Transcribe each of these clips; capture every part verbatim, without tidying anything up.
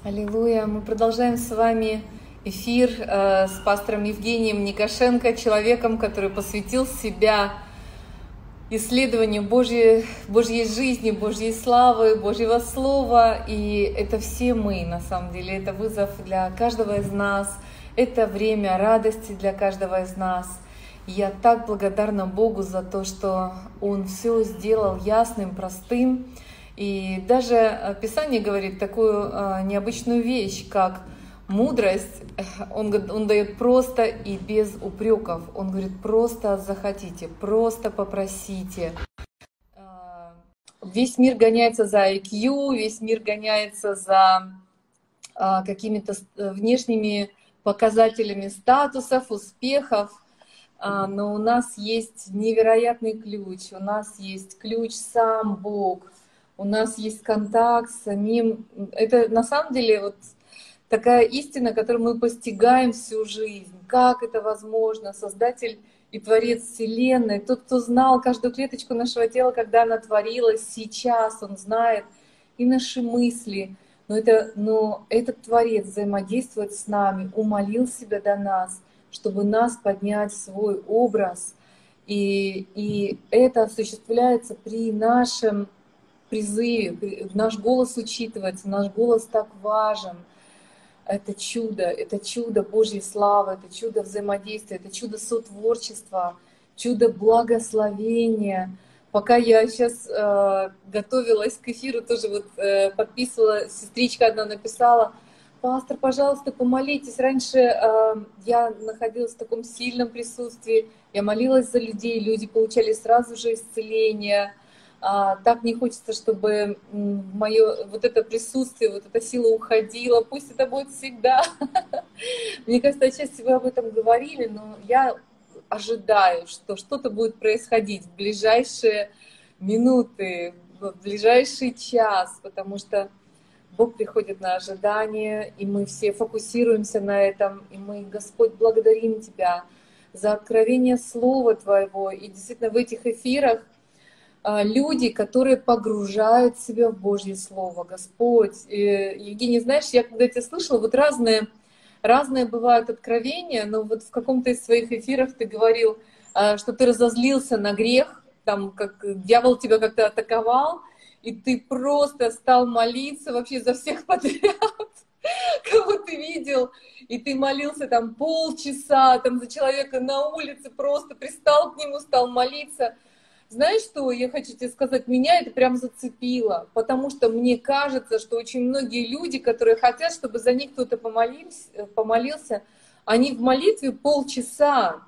Аллилуйя! Мы продолжаем с вами эфир э, с пастором Евгением Никошенко, человеком, который посвятил себя исследованию Божьей, Божьей жизни, Божьей славы, Божьего Слова. И это все мы, на самом деле. Это вызов для каждого из нас. Это время радости для каждого из нас. И я так благодарна Богу за то, что Он все сделал ясным, простым. И даже Писание говорит такую необычную вещь, как мудрость. Он, он дает просто и без упреков. Он говорит, просто захотите, просто попросите. Весь мир гоняется за ай кью, весь мир гоняется за какими-то внешними показателями статусов, успехов. Но у нас есть невероятный ключ, у нас есть ключ сам Бог. У нас есть контакт с самим. Это на самом деле вот такая истина, которую мы постигаем всю жизнь. Как это возможно? Создатель и Творец Вселенной, тот, кто знал каждую клеточку нашего тела, когда она творилась, сейчас Он знает и наши мысли. Но, это, но этот Творец взаимодействует с нами, умолил себя до нас, чтобы нас поднять в свой образ. И, и это осуществляется при нашем призыве, наш голос учитывается, наш голос так важен. Это чудо, это чудо Божьей славы, это чудо взаимодействия, это чудо сотворчества, чудо благословения. Пока я сейчас э, готовилась к эфиру, тоже вот э, подписывала, сестричка одна написала: «Пастор, пожалуйста, помолитесь». Раньше э, я находилась в таком сильном присутствии, я молилась за людей, люди получали сразу же исцеление. А, так не хочется, чтобы мое вот это присутствие, вот эта сила уходила. Пусть это будет всегда. Мне кажется, отчасти вы об этом говорили, но я ожидаю, что что-то будет происходить в ближайшие минуты, в ближайший час, потому что Бог приходит на ожидание, и мы все фокусируемся на этом, и мы, Господь, благодарим Тебя за откровение Слова Твоего. И действительно в этих эфирах люди, которые погружают себя в Божье Слово. Господь, Евгений, знаешь, я когда тебя слышала, вот разные, разные бывают откровения, но вот в каком-то из своих эфиров ты говорил, что ты разозлился на грех, там, как дьявол тебя как-то атаковал, и ты просто стал молиться вообще за всех подряд, кого ты видел, и ты молился там полчаса, там за человека на улице, просто пристал к нему, стал молиться. Знаешь, что я хочу тебе сказать? Меня это прям зацепило, потому что мне кажется, что очень многие люди, которые хотят, чтобы за них кто-то помолился, помолился, они в молитве полчаса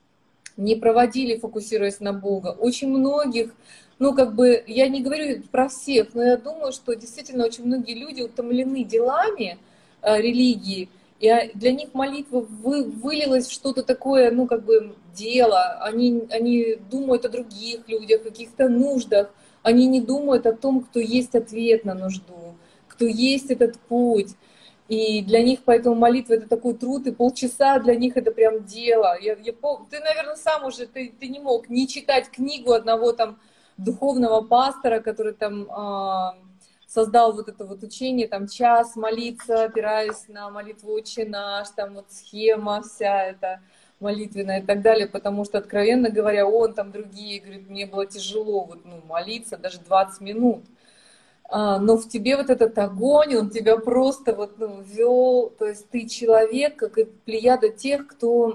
не проводили, фокусируясь на Бога. Очень многих, ну как бы, я не говорю про всех, но я думаю, что действительно очень многие люди утомлены делами э, религии, и для них молитва вы, вылилась в что-то такое, ну, как бы, дело. Они, они думают о других людях, о каких-то нуждах. Они не думают о том, кто есть ответ на нужду, кто есть этот путь. И для них поэтому молитва — это такой труд, и полчаса для них это прям дело. Я, я, ты, наверное, сам уже, ты, ты не мог не читать книгу одного там духовного пастора, который там... А, создал вот это вот учение, там час молиться, опираясь на молитву «Отче наш», там вот схема вся эта молитвенная и так далее, потому что, откровенно говоря, он, там другие, говорит, мне было тяжело вот, ну, молиться даже двадцать минут. А, но в тебе вот этот огонь, он тебя просто вот, ну, вел, то есть ты человек, как и плеяда тех, кто...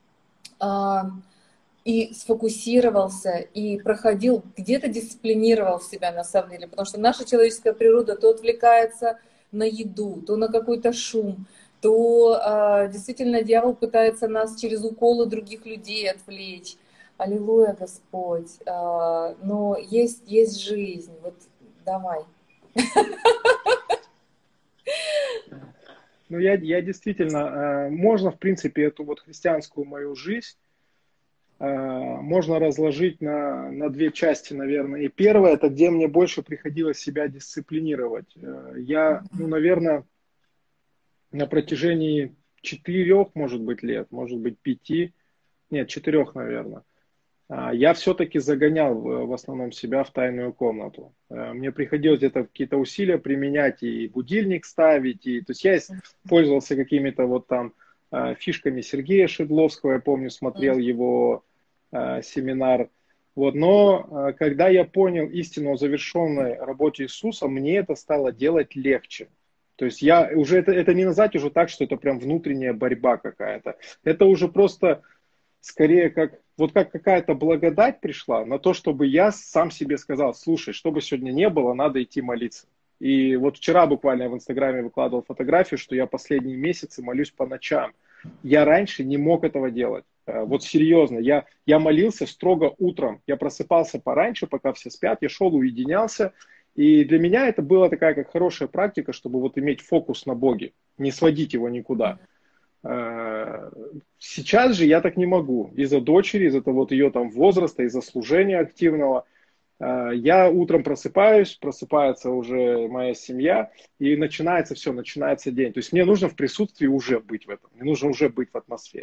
А, и сфокусировался, и проходил, где-то дисциплинировал себя на самом деле, потому что наша человеческая природа то отвлекается на еду, то на какой-то шум, то а, действительно дьявол пытается нас через уколы других людей отвлечь. Аллилуйя, Господь. А, но есть, есть жизнь. Вот давай. Ну, я, я действительно, можно, в принципе, эту вот христианскую мою жизнь можно разложить на, на две части, наверное. И первое, это где мне больше приходилось себя дисциплинировать. Я, ну, наверное, на протяжении четырех, может быть, лет, может быть, пяти, нет, четырех, наверное, я все-таки загонял в основном себя в тайную комнату. Мне приходилось где-то какие-то усилия применять и будильник ставить, и, то есть я пользовался какими-то вот там фишками Сергея Шедловского, я помню, смотрел его семинар. Вот, но когда я понял истину о завершенной работе Иисуса, мне это стало делать легче. То есть я уже это, это не назвать уже так, что это прям внутренняя борьба какая-то. Это уже просто скорее как вот как какая-то благодать пришла на то, чтобы я сам себе сказал: слушай, что бы сегодня не было, надо идти молиться. И вот вчера буквально я в Инстаграме выкладывал фотографию, что я последние месяцы молюсь по ночам. Я раньше не мог этого делать. Вот серьезно, я, я молился строго утром. Я просыпался пораньше, пока все спят, я шел, уединялся. И для меня это была такая как хорошая практика, чтобы вот иметь фокус на Боге, не сводить его никуда. Сейчас же я так не могу. Из-за дочери, из-за вот ее там возраста, из-за служения активного. Я утром просыпаюсь, просыпается уже моя семья, и начинается все, начинается день. То есть мне нужно в присутствии уже быть в этом, мне нужно уже быть в атмосфере.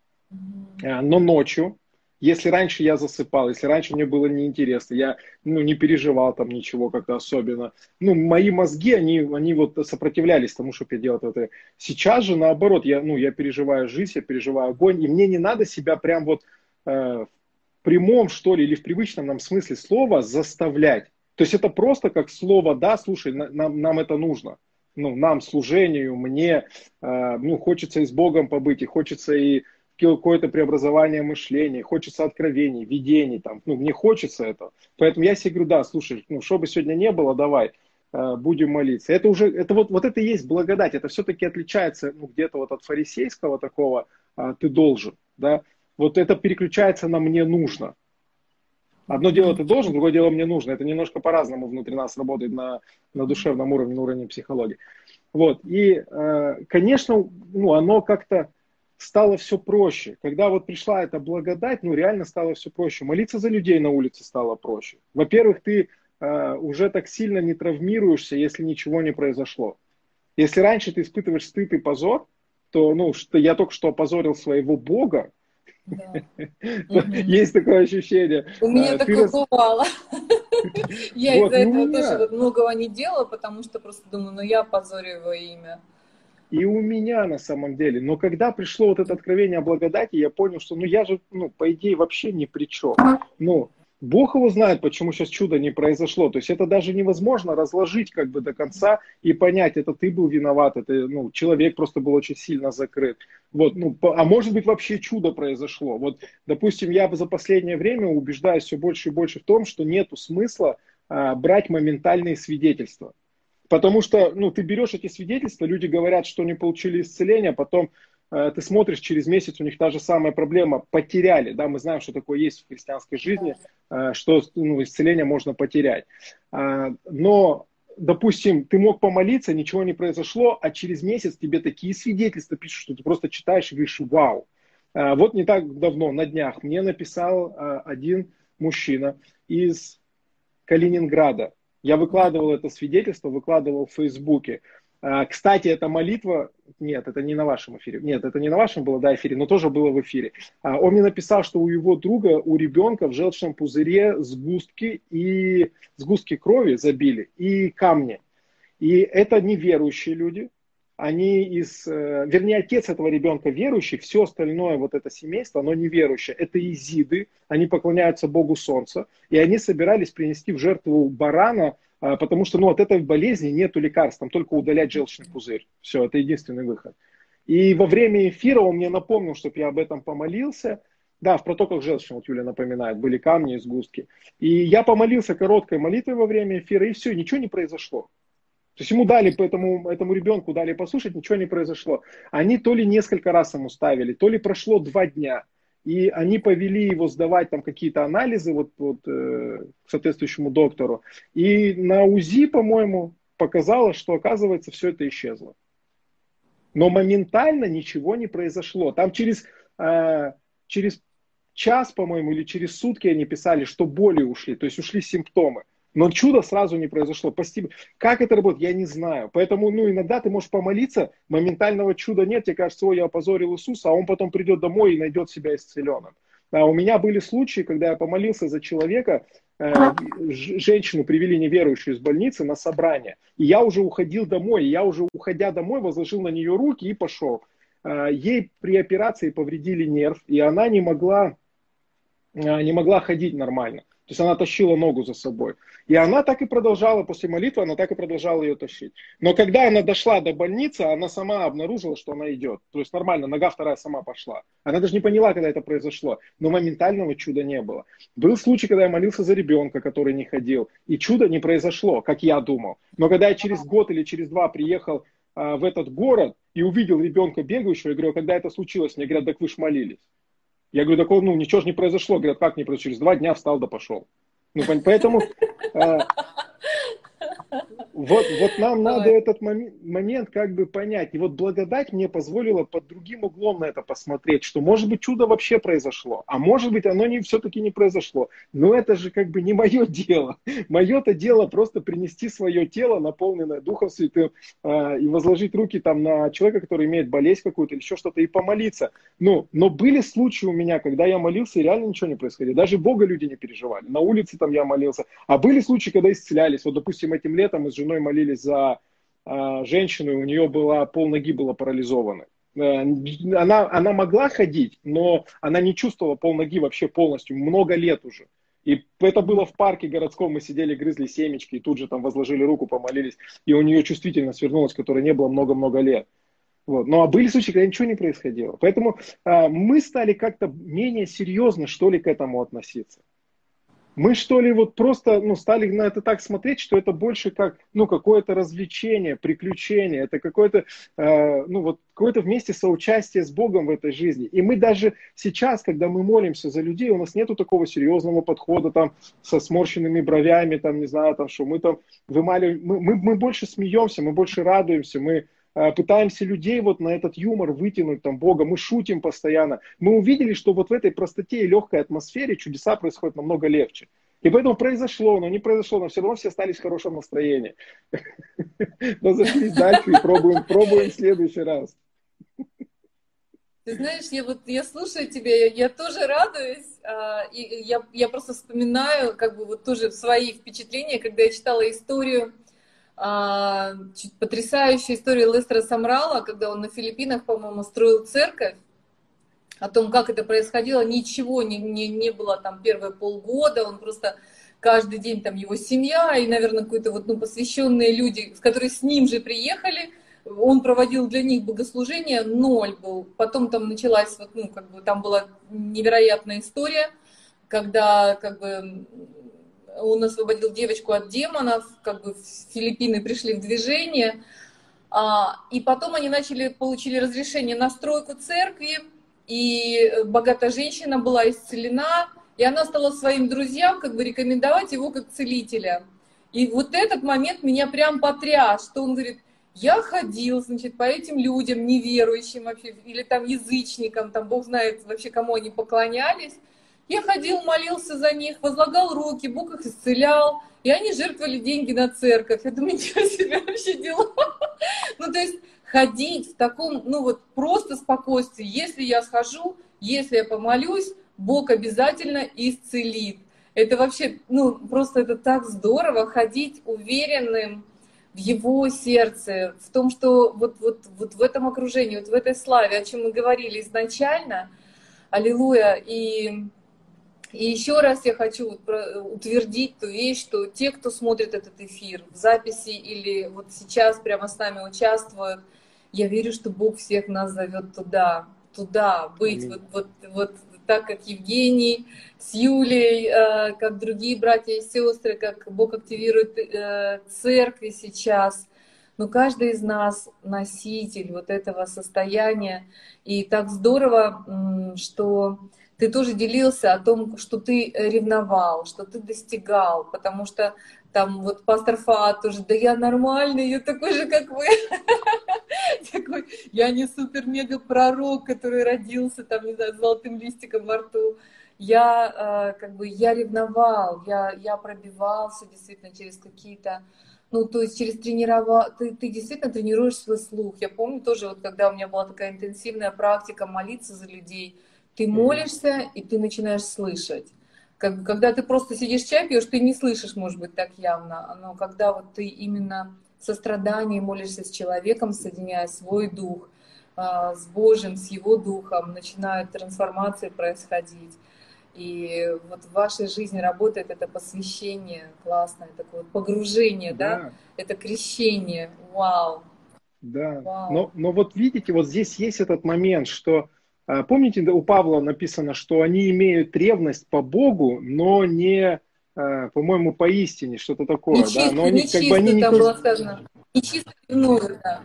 Но ночью, если раньше я засыпал, если раньше мне было неинтересно, я ну, не переживал там ничего как-то особенно, ну, мои мозги, они, они вот сопротивлялись тому, чтобы я делал это. Сейчас же наоборот, я, ну, я переживаю жизнь, я переживаю огонь, и мне не надо себя прям вот э, в прямом, что ли, или в привычном нам смысле слова заставлять. То есть это просто как слово: да, слушай, нам, нам это нужно. Ну, нам, служению, мне, э, ну, хочется и с Богом побыть, и хочется и какое-то преобразование мышления, хочется откровений, видений, там, ну, мне хочется этого. Поэтому я себе говорю: да, слушай, ну, что бы сегодня не было, давай, э, будем молиться. Это уже, это вот, вот это и есть благодать, это все-таки отличается, ну, где-то вот от фарисейского такого, э, ты должен, да, вот это переключается на мне нужно. Одно дело ты должен, другое дело мне нужно. Это немножко по-разному внутри нас работает на, на душевном уровне, на уровне психологии. Вот, и, э, конечно, ну, оно как-то стало все проще. Когда вот пришла эта благодать, ну реально стало все проще. Молиться за людей на улице стало проще. Во-первых, ты э, уже так сильно не травмируешься, если ничего не произошло. Если раньше ты испытываешь стыд и позор, то, ну, что я только что опозорил своего Бога, Да. есть такое ощущение. У меня такое бывало. Я Вот, из-за и у этого меня. тоже многого не делала, потому что просто думаю, ну я позорю его имя. И у меня на самом деле. Но когда пришло вот это откровение о благодати, я понял, что ну я же, ну, по идее, вообще ни при чем. Ну, Бог его знает, почему сейчас чудо не произошло. То есть это даже невозможно разложить как бы до конца и понять, это ты был виноват, это, ну, человек просто был очень сильно закрыт. Вот, ну, а может быть вообще чудо произошло. Вот, допустим, я за последнее время убеждаюсь все больше и больше в том, что нету смысла а, брать моментальные свидетельства. Потому что, ну, ты берешь эти свидетельства, люди говорят, что не получили исцеления, потом э, ты смотришь, через месяц у них та же самая проблема, потеряли, да, мы знаем, что такое есть в христианской жизни, э, что, ну, исцеление можно потерять. А, но, допустим, ты мог помолиться, ничего не произошло, а через месяц тебе такие свидетельства пишут, что ты просто читаешь и говоришь: вау. А, вот не так давно, на днях, мне написал а, один мужчина из Калининграда. Я выкладывал это свидетельство, выкладывал в Фейсбуке. Кстати, эта молитва, нет, это не на вашем эфире, нет, это не на вашем было, да, эфире, но тоже было в эфире. Он мне написал, что у его друга, у ребенка в желчном пузыре сгустки, и сгустки крови забили и камни. И это неверующие люди. Они из, вернее, отец этого ребенка верующий, все остальное вот это семейство, оно неверующее. Это изиды, они поклоняются Богу Солнца, и они собирались принести в жертву барана, потому что, ну, от этой болезни нету лекарств, там только удалять желчный пузырь. Все, это единственный выход. И во время эфира он мне напомнил, чтобы я об этом помолился. Да, в протоках желчного, вот Юля напоминает, были камни и сгустки. И я помолился короткой молитвой во время эфира, и все, ничего не произошло. То есть ему дали, этому, этому ребенку дали послушать, ничего не произошло. Они то ли несколько раз ему ставили, то ли прошло два дня. И они повели его сдавать там какие-то анализы вот, вот, э, к соответствующему доктору. И на УЗИ, по-моему, показалось, что, оказывается, все это исчезло. Но моментально ничего не произошло. Там через, э, через час, по-моему, или через сутки они писали, что боли ушли, то есть ушли симптомы. Но чудо сразу не произошло. Как это работает, я не знаю. Поэтому, ну, иногда ты можешь помолиться, моментального чуда нет, тебе кажется: ой, я опозорил Иисуса, а он потом придет домой и найдет себя исцеленным. А у меня были случаи, когда я помолился за человека, э, женщину привели неверующую из больницы на собрание, и я уже уходил домой, и я уже, уходя домой, возложил на нее руки и пошел. Э, ей при операции повредили нерв, и она не могла не могла ходить нормально. То есть она тащила ногу за собой. И она так и продолжала, после молитвы, она так и продолжала ее тащить. Но когда она дошла до больницы, она сама обнаружила, что она идет. То есть нормально, нога вторая сама пошла. Она даже не поняла, когда это произошло. Но моментального чуда не было. Был случай, когда я молился за ребенка, который не ходил. И чудо не произошло, как я думал. Но когда я через год или через два приехал а, в этот город и увидел ребенка бегающего, я говорю, а когда это случилось? Мне говорят, так вы ж молились. Я говорю, такого, ну, ничего же не произошло. Говорят, как не произошло? Через два дня встал да пошел. Ну, поэтому э, вот, вот нам надо этот момент как бы понять. И вот благодать мне позволила под другим углом на это посмотреть, что может быть чудо вообще произошло, а может быть оно не, все-таки не произошло. Но это же как бы не мое дело. Мое-то дело просто принести свое тело, наполненное Духом Святым, э, и возложить руки там на человека, который имеет болезнь какую-то или еще что-то, и помолиться. Ну, но были случаи у меня, когда я молился, и реально ничего не происходило. Даже Бога люди не переживали. На улице там я молился. А были случаи, когда исцелялись. Вот, допустим, этим летом мы с женой молились за э, женщину, и у нее была, полноги было парализовано. Э, она, она могла ходить, но она не чувствовала полноги вообще полностью, много лет уже. И это было в парке городском, мы сидели, грызли семечки, и тут же там возложили руку, помолились, и у нее чувствительность вернулась, которой не было много-много лет. Вот. Ну а были случаи, когда ничего не происходило. Поэтому э, мы стали как-то менее серьезно, что ли, к этому относиться. Мы, что ли, вот просто ну, стали на это так смотреть, что это больше как ну, какое-то развлечение, приключение, это какое-то э, ну, вот, какое-то вместе соучастие с Богом в этой жизни. И мы даже сейчас, когда мы молимся за людей, у нас нету такого серьезного подхода там, со сморщенными бровями, там, не знаю, там, что мы там вымаливаем. Мы, мы, мы больше смеемся, мы больше радуемся, мы пытаемся людей вот на этот юмор вытянуть, там, Бога, мы шутим постоянно. Мы увидели, что вот в этой простоте и легкой атмосфере чудеса происходят намного легче. И поэтому произошло, но не произошло, но все равно все остались в хорошем настроении. Разошлись дальше и пробуем, пробуем в следующий раз. Ты знаешь, я вот я слушаю тебя, я, я тоже радуюсь, а, и я, я просто вспоминаю, как бы вот тоже свои впечатления, когда я читала историю, а, потрясающую историю Лестера Самрала, когда он на Филиппинах, по-моему, строил церковь. О том, как это происходило, ничего не, не, не было там первые полгода, он просто каждый день там его семья и, наверное, какие-то вот, ну, посвященные люди, которые с ним же приехали, он проводил для них богослужение, ноль был. Потом там началась, вот, ну, как бы там была невероятная история, когда как бы он освободил девочку от демонов, как бы Филиппины пришли в движение, и потом они начали, получили разрешение на стройку церкви, и богатая женщина была исцелена, и она стала своим друзьям как бы рекомендовать его как целителя. И вот этот момент меня прям потряс, что он говорит, я ходил, значит, по этим людям, неверующим вообще, или там язычникам, там Бог знает вообще, кому они поклонялись. Я ходил, молился за них, возлагал руки, Бог их исцелял, и они жертвовали деньги на церковь. Я думаю, ничего себе вообще дела. Ну, то есть ходить в таком, ну вот просто спокойствии. Если я схожу, если я помолюсь, Бог обязательно исцелит. Это вообще, ну, просто это так здорово ходить уверенным в его сердце, в том, что вот, вот, вот в этом окружении, вот в этой славе, о чем мы говорили изначально, аллилуйя, и... И еще раз я хочу утвердить ту вещь, что те, кто смотрит этот эфир в записи или вот сейчас прямо с нами участвуют, я верю, что Бог всех нас зовет туда, туда, быть вот, вот, вот так, как Евгений с Юлей, как другие братья и сестры, как Бог активирует церкви сейчас. Но каждый из нас носитель вот этого состояния. И так здорово, что ты тоже делился о том, что ты ревновал, что ты достигал, потому что там вот пастор Фаат тоже, да я нормальный, я такой же, как вы. Такой, я не супер-мега-пророк, который родился там, не знаю, с золотым листиком во рту. Я как бы, я ревновал, я, я пробивался действительно через какие-то, ну, то есть через тренировал, ты, ты действительно тренируешь свой слух. Я помню тоже, вот когда у меня была такая интенсивная практика молиться за людей, Ты молишься, и ты начинаешь слышать. Как, когда ты просто сидишь чай пьешь, ты не слышишь, может быть, так явно. Но когда вот ты именно в сострадании молишься с человеком, соединяя свой дух а, с Божьим, с Его духом, начинают трансформации происходить. И вот в вашей жизни работает это посвящение классное, такое погружение, да? Да, Это крещение. Вау, да. вау. Но, но вот видите, вот здесь есть этот момент, что, а, помните, да, у Павла написано, что они имеют ревность по Богу, но не, а, по-моему, по истине, что-то такое, да, но Нечистую, они как бы они нечистую не там то, было сказано. Нечистую ревную, да.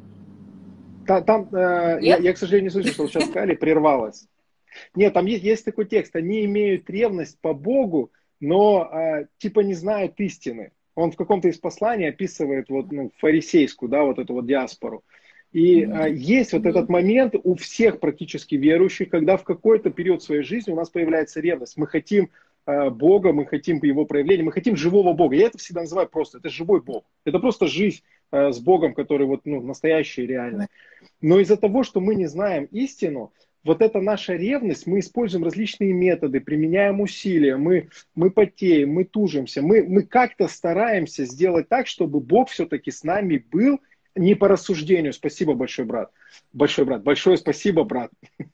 та- там, э, я, Нет? я, к сожалению, не слышу, что вы сейчас сказали, прервалось. Нет, там есть, есть такой текст, они имеют ревность по Богу, но э, типа не знают истины. Он в каком-то из посланий описывает вот, ну, фарисейскую, да, вот эту вот диаспору. И э, Мгм. есть вот этот Мгм. момент у всех практически верующих, когда в какой-то период своей жизни у нас появляется ревность. Мы хотим э, Бога, мы хотим Его проявления, мы хотим живого Бога. Я это всегда называю просто, это живой Бог. Это просто жизнь э, с Богом, который вот, ну, настоящий и реальный. Но из-за того, что мы не знаем истину, вот эта наша ревность, мы используем различные методы, применяем усилия, мы, мы потеем, мы тужимся, мы, мы как-то стараемся сделать так, чтобы Бог все-таки с нами был не по рассуждению. Спасибо, большой брат. Большой брат. Большое спасибо, брат.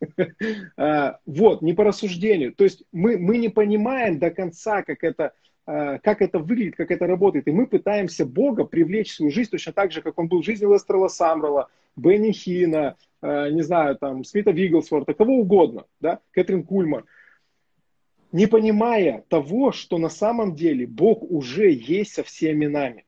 А, вот, не по рассуждению. То есть мы, мы не понимаем до конца, как это, а, как это выглядит, как это работает. И мы пытаемся Бога привлечь в свою жизнь точно так же, как он был в жизни Лестерла Самрела, Бенни Хина, э, не знаю, там, Смита Вигглсворта, кого угодно, да, Кэтрин Кульман, не понимая того, что на самом деле Бог уже есть со всеми нами.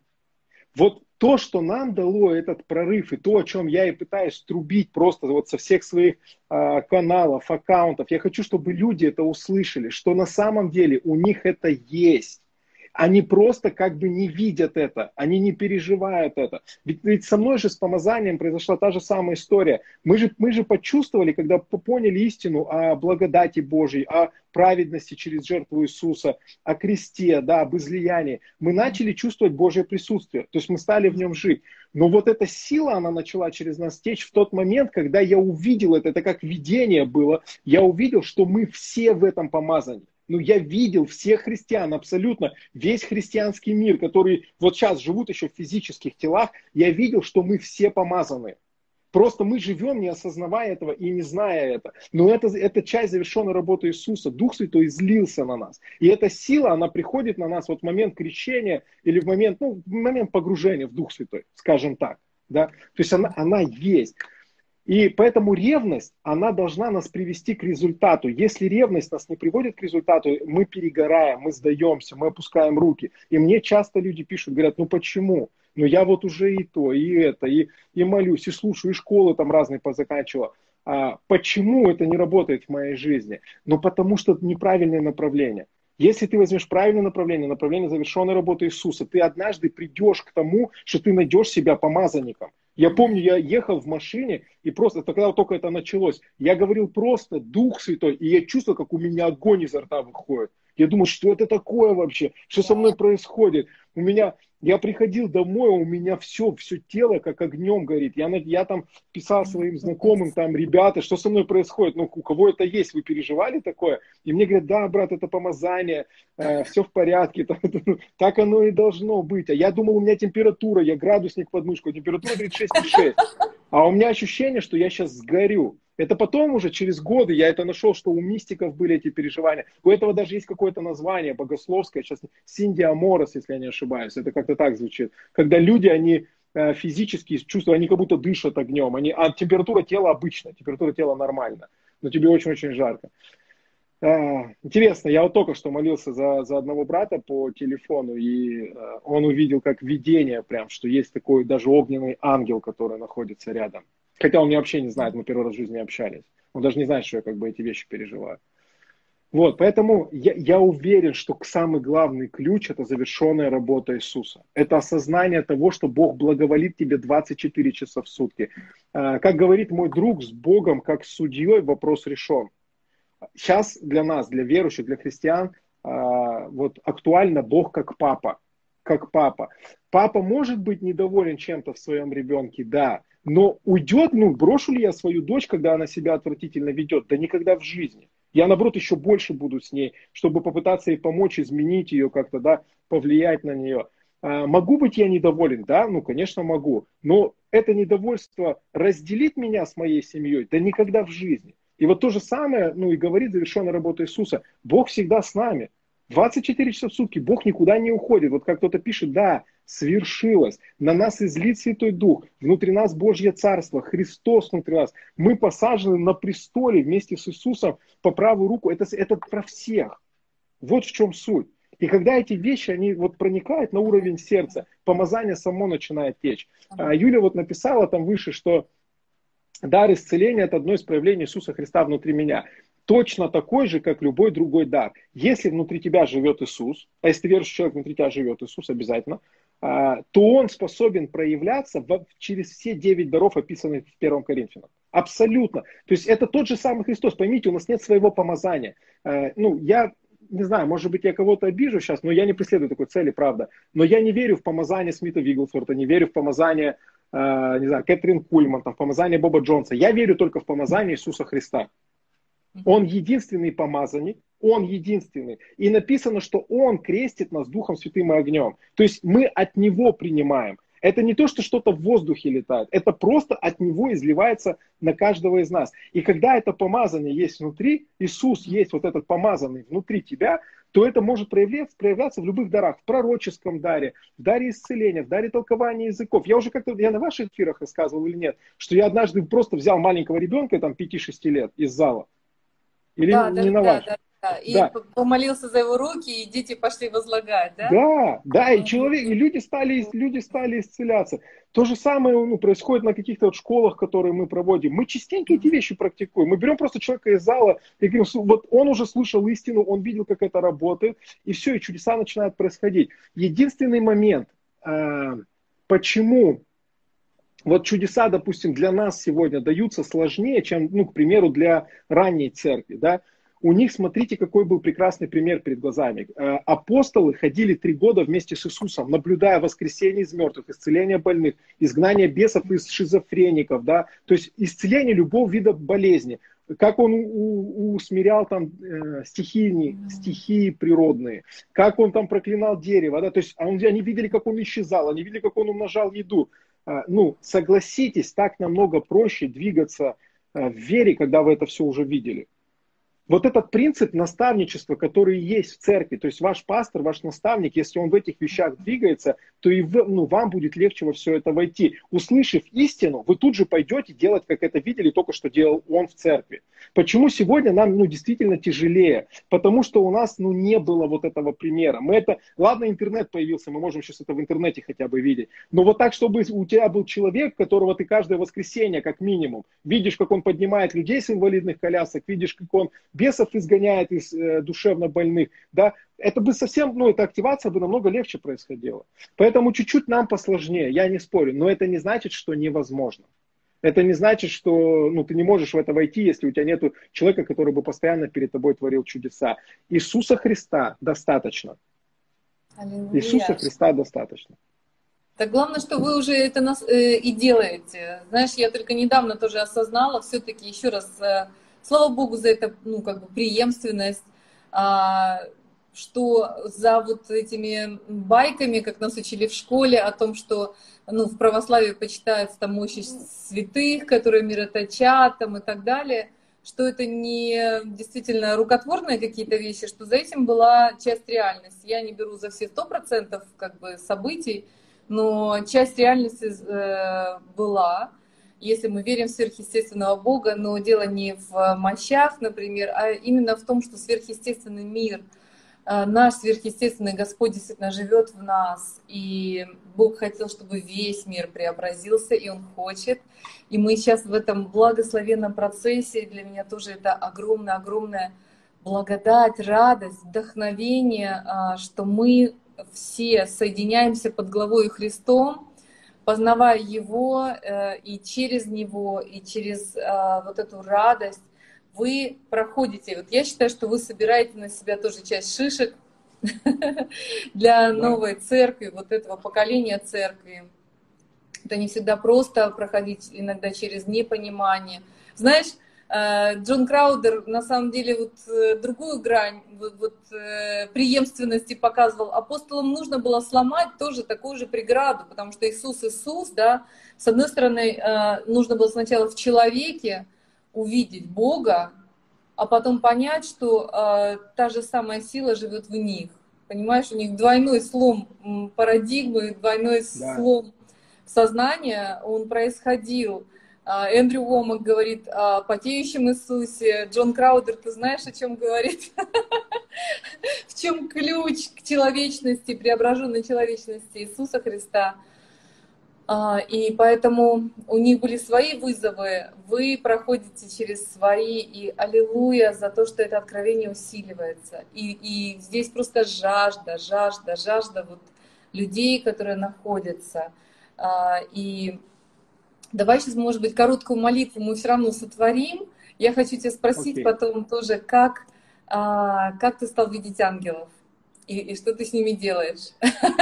Вот то, что нам дало этот прорыв, и то, о чем я и пытаюсь трубить просто вот со всех своих э, каналов, аккаунтов, я хочу, чтобы люди это услышали, что на самом деле у них это есть. Они просто как бы не видят это, они не переживают это. Ведь, ведь со мной же с помазанием произошла та же самая история. Мы же, мы же почувствовали, когда поняли истину о благодати Божьей, о праведности через жертву Иисуса, о кресте, да, об излиянии. Мы начали чувствовать Божье присутствие, то есть мы стали в нем жить. Но вот эта сила, она начала через нас течь в тот момент, когда я увидел это, это как видение было, я увидел, что мы все в этом помазании. Ну, я видел всех христиан, абсолютно весь христианский мир, который вот сейчас живут еще в физических телах, я видел, что мы все помазаны. Просто мы живем, не осознавая этого и не зная это. Но это, это часть завершенной работы Иисуса. Дух Святой излился на нас. И эта сила, она приходит на нас вот в момент крещения или в момент, ну, в момент погружения в Дух Святой, скажем так. Да? То есть она, она есть. И поэтому ревность, она должна нас привести к результату. Если ревность нас не приводит к результату, мы перегораем, мы сдаемся, мы опускаем руки. И мне часто люди пишут, говорят, ну почему? Ну я вот уже и то, и это, и, и молюсь, и слушаю, и школы там разные позаканчивал. А почему это не работает в моей жизни? Ну потому что это неправильное направление. Если ты возьмешь правильное направление, направление завершенной работы Иисуса, ты однажды придешь к тому, что ты найдешь себя помазанником. Я помню, я ехал в машине, и просто, тогда вот только это началось, я говорил просто «Дух Святой», и я чувствовал, как у меня огонь изо рта выходит. Я думаю, что это такое вообще? Что со мной происходит? У меня, я приходил домой, у меня все, все тело как огнем горит. Я, я там писал своим знакомым, там, ребята, что со мной происходит? Ну, у кого это есть? Вы переживали такое? И мне говорят, да, брат, это помазание, э, все в порядке. Так оно и должно быть. А я думал, у меня температура, я градусник под мышку, температура тридцать шесть и шесть. А у меня ощущение, что я сейчас сгорю. Это потом уже, через годы, я это нашел, что у мистиков были эти переживания. У этого даже есть какое-то название богословское, сейчас синдиаморос, если я не ошибаюсь. Это как-то так звучит. Когда люди, они э, физически чувствуют, они как будто дышат огнем. Они, а температура тела обычная, температура тела нормальная. Но тебе очень-очень жарко. А, интересно, я вот только что молился за, за одного брата по телефону, и а, он увидел как видение прям, что есть такой даже огненный ангел, который находится рядом. Хотя он меня вообще не знает, мы первый раз в жизни общались. Он даже не знает, что я как бы эти вещи переживаю. Вот, поэтому я, я уверен, что самый главный ключ – это завершенная работа Иисуса. Это осознание того, что Бог благоволит тебе двадцать четыре часа в сутки. А, как говорит мой друг, с Богом как с судьей вопрос решен. Сейчас для нас, для верующих, для христиан, вот актуально Бог как папа. Как папа. Папа может быть недоволен чем-то в своем ребенке, да, Но уйдет, ну, брошу ли я свою дочь, когда она себя отвратительно ведет? Да никогда в жизни. Я, наоборот, еще больше буду с ней, чтобы попытаться ей помочь, изменить ее как-то, да, повлиять на нее. А, могу быть я недоволен? Да, ну, конечно, могу. Но это недовольство разделит меня с моей семьей? Да никогда в жизни. И вот то же самое, ну, и говорит завершенная работа Иисуса. Бог всегда с нами. двадцать четыре часа в сутки Бог никуда не уходит. Вот как кто-то пишет, да, свершилось. На нас излит Святой Дух. Внутри нас Божье Царство. Христос внутри нас. Мы посажены на престоле вместе с Иисусом по правую руку. Это, это про всех. Вот в чем суть. И когда эти вещи, они вот проникают на уровень сердца, помазание само начинает течь. А Юля вот написала там выше, что дар исцеления – это одно из проявлений Иисуса Христа внутри меня. Точно такой же, как любой другой дар. Если внутри тебя живет Иисус, а если ты веришь, что человек внутри тебя живет Иисус обязательно, то он способен проявляться через все девять даров, описанных в первом Коринфянам. Абсолютно. То есть это тот же самый Христос. Поймите, у нас нет своего помазания. Ну, я не знаю, может быть, я кого-то обижу сейчас, но я не преследую такой цели, правда. Но я не верю в помазание Смита Вигглсворта, не верю в помазание, не знаю, Кэтрин Кульман, в помазание Боба Джонса. Я верю только в помазание Иисуса Христа. Он единственный помазанник, он единственный. И написано, что он крестит нас Духом Святым и огнем. То есть мы от него принимаем. Это не то, что что-то в воздухе летает. Это просто от него изливается на каждого из нас. И когда это помазание есть внутри, Иисус есть вот этот помазанный внутри тебя, то это может проявляться, проявляться в любых дарах. В пророческом даре, в даре исцеления, в даре толкования языков. Я уже как-то, я на ваших эфирах рассказывал или нет, что я однажды просто взял маленького ребенка, там, пяти-шести лет, из зала. Или да, не да, на да, ваш? да, да. И Да. помолился за его руки, и дети пошли возлагать, да? Да, да, и человек, и люди стали, люди стали исцеляться. То же самое, ну, происходит на каких-то вот школах, которые мы проводим. Мы частенько эти вещи практикуем. Мы берем просто человека из зала и говорим, вот он уже слышал истину, он видел, как это работает, и все, и чудеса начинают происходить. Единственный момент, почему вот чудеса, допустим, для нас сегодня даются сложнее, чем, ну, к примеру, для ранней церкви, да. У них, смотрите, какой был прекрасный пример перед глазами. Апостолы ходили три года вместе с Иисусом, наблюдая воскресение из мертвых, исцеление больных, изгнание бесов из шизофреников, да, то есть исцеление любого вида болезни. Как он у, усмирял там э, стихии, стихии природные, как он там проклинал дерево, да, то есть он, они видели, как он исчезал, они видели, как он умножал еду. А, ну, согласитесь, так намного проще двигаться а, в вере, когда вы это все уже видели. Вот этот принцип наставничества, который есть в церкви, то есть ваш пастор, ваш наставник, если он в этих вещах двигается, то и вы, ну, вам будет легче во все это войти. Услышав истину, вы тут же пойдете делать, как это видели только что делал он в церкви. Почему сегодня нам, ну, действительно тяжелее? Потому что у нас, ну, не было вот этого примера. Мы это, ладно, интернет появился, мы можем сейчас это в интернете хотя бы видеть, но вот так, чтобы у тебя был человек, которого ты каждое воскресенье, как минимум, видишь, как он поднимает людей с инвалидных колясок, видишь, как он бесов изгоняет из э, душевно больных, да, это бы совсем, ну, эта активация бы намного легче происходила. Поэтому чуть-чуть нам посложнее, я не спорю, но это не значит, что невозможно. Это не значит, что, ну, ты не можешь в это войти, если у тебя нет человека, который бы постоянно перед тобой творил чудеса. Иисуса Христа достаточно. Аллилуйя. Иисуса Христа достаточно. Так главное, что вы уже это нас, э, и делаете. Знаешь, я только недавно тоже осознала, все-таки еще раз, э, слава Богу за это, ну, как бы преемственность, а, что за вот этими байками, как нас учили в школе, о том, что, ну, в православии почитается там мощи святых, которые мироточат там, и так далее, что это не действительно рукотворные какие-то вещи, что за этим была часть реальности. Я не беру за все сто процентов как бы событий, но часть реальности э, была, если мы верим в сверхъестественного Бога, но дело не в мощах, например, а именно в том, что сверхъестественный мир, э, наш сверхъестественный Господь действительно живет в нас, и Бог хотел, чтобы весь мир преобразился, и Он хочет. И мы сейчас в этом благословенном процессе, для меня тоже это огромная-огромная благодать, радость, вдохновение, э, что мы все соединяемся под главой Христом, познавая Его, э, и через Него, и через э, вот эту радость вы проходите. Вот я считаю, что вы собираете на себя тоже часть шишек для новой церкви, вот этого поколения церкви. Это не всегда просто проходить иногда через непонимание. Знаешь, Джон Краудер на самом деле вот другую грань вот, вот, преемственности показывал. Апостолам нужно было сломать тоже такую же преграду, потому что Иисус Иисус, да, с одной стороны, нужно было сначала в человеке увидеть Бога, а потом понять, что та же самая сила живет в них. Понимаешь, у них двойной слом парадигмы, двойной да. слом сознания, он происходил. Эндрю Уомак говорит о потеющем Иисусе. Джон Краудер, ты знаешь, о чем говорит? В чем ключ к человечности, преображенной человечности Иисуса Христа? И поэтому у них были свои вызовы, вы проходите через свои, и аллилуйя за то, что это откровение усиливается. И, и здесь просто жажда, жажда, жажда вот людей, которые находятся. И давай сейчас, может быть, короткую молитву мы все равно сотворим. Я хочу тебя спросить okay. потом тоже, как, а, как ты стал видеть ангелов и, и что ты с ними делаешь?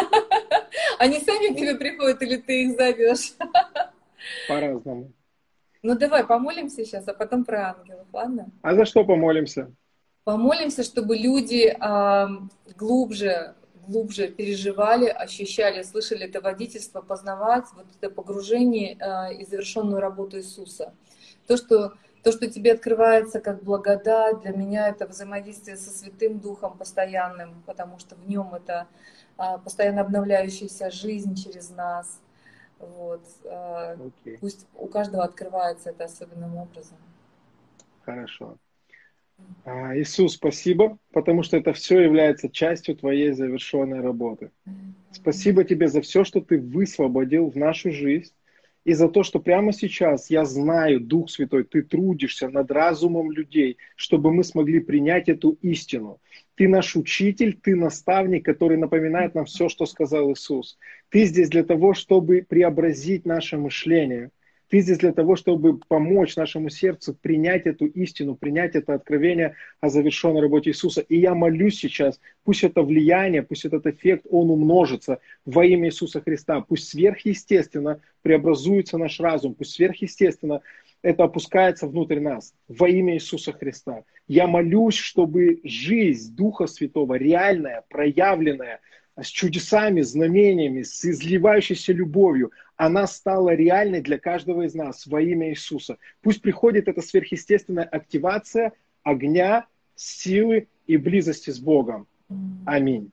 Они сами к тебе приходят или ты их зовешь? По-разному. Ну давай помолимся сейчас, а потом про ангелов, ладно? А за что помолимся? Помолимся, чтобы люди а, глубже глубже переживали, ощущали, слышали это водительство, познавать вот это погружение э, и завершенную работу Иисуса. То что, то, что тебе открывается как благодать, для меня это взаимодействие со Святым Духом постоянным, потому что в нем это э, постоянно обновляющаяся жизнь через нас. Вот. Э, okay. Пусть у каждого открывается это особенным образом. Хорошо. Иисус, спасибо, потому что это все является частью Твоей завершенной работы. Спасибо Тебе за все, что Ты высвободил в нашу жизнь, и за то, что прямо сейчас я знаю, Дух Святой, Ты трудишься над разумом людей, чтобы мы смогли принять эту истину. Ты наш учитель, Ты наставник, который напоминает нам все, что сказал Иисус. Ты здесь для того, чтобы преобразить наше мышление. Ты здесь для того, чтобы помочь нашему сердцу принять эту истину, принять это откровение о завершенной работе Иисуса. И я молюсь сейчас, пусть это влияние, пусть этот эффект, он умножится во имя Иисуса Христа. Пусть сверхъестественно преобразуется наш разум, пусть сверхъестественно это опускается внутрь нас во имя Иисуса Христа. Я молюсь, чтобы жизнь Духа Святого, реальная, проявленная, с чудесами, знамениями, с изливающейся любовью, она стала реальной для каждого из нас во имя Иисуса. Пусть приходит эта сверхъестественная активация огня, силы и близости с Богом. Аминь.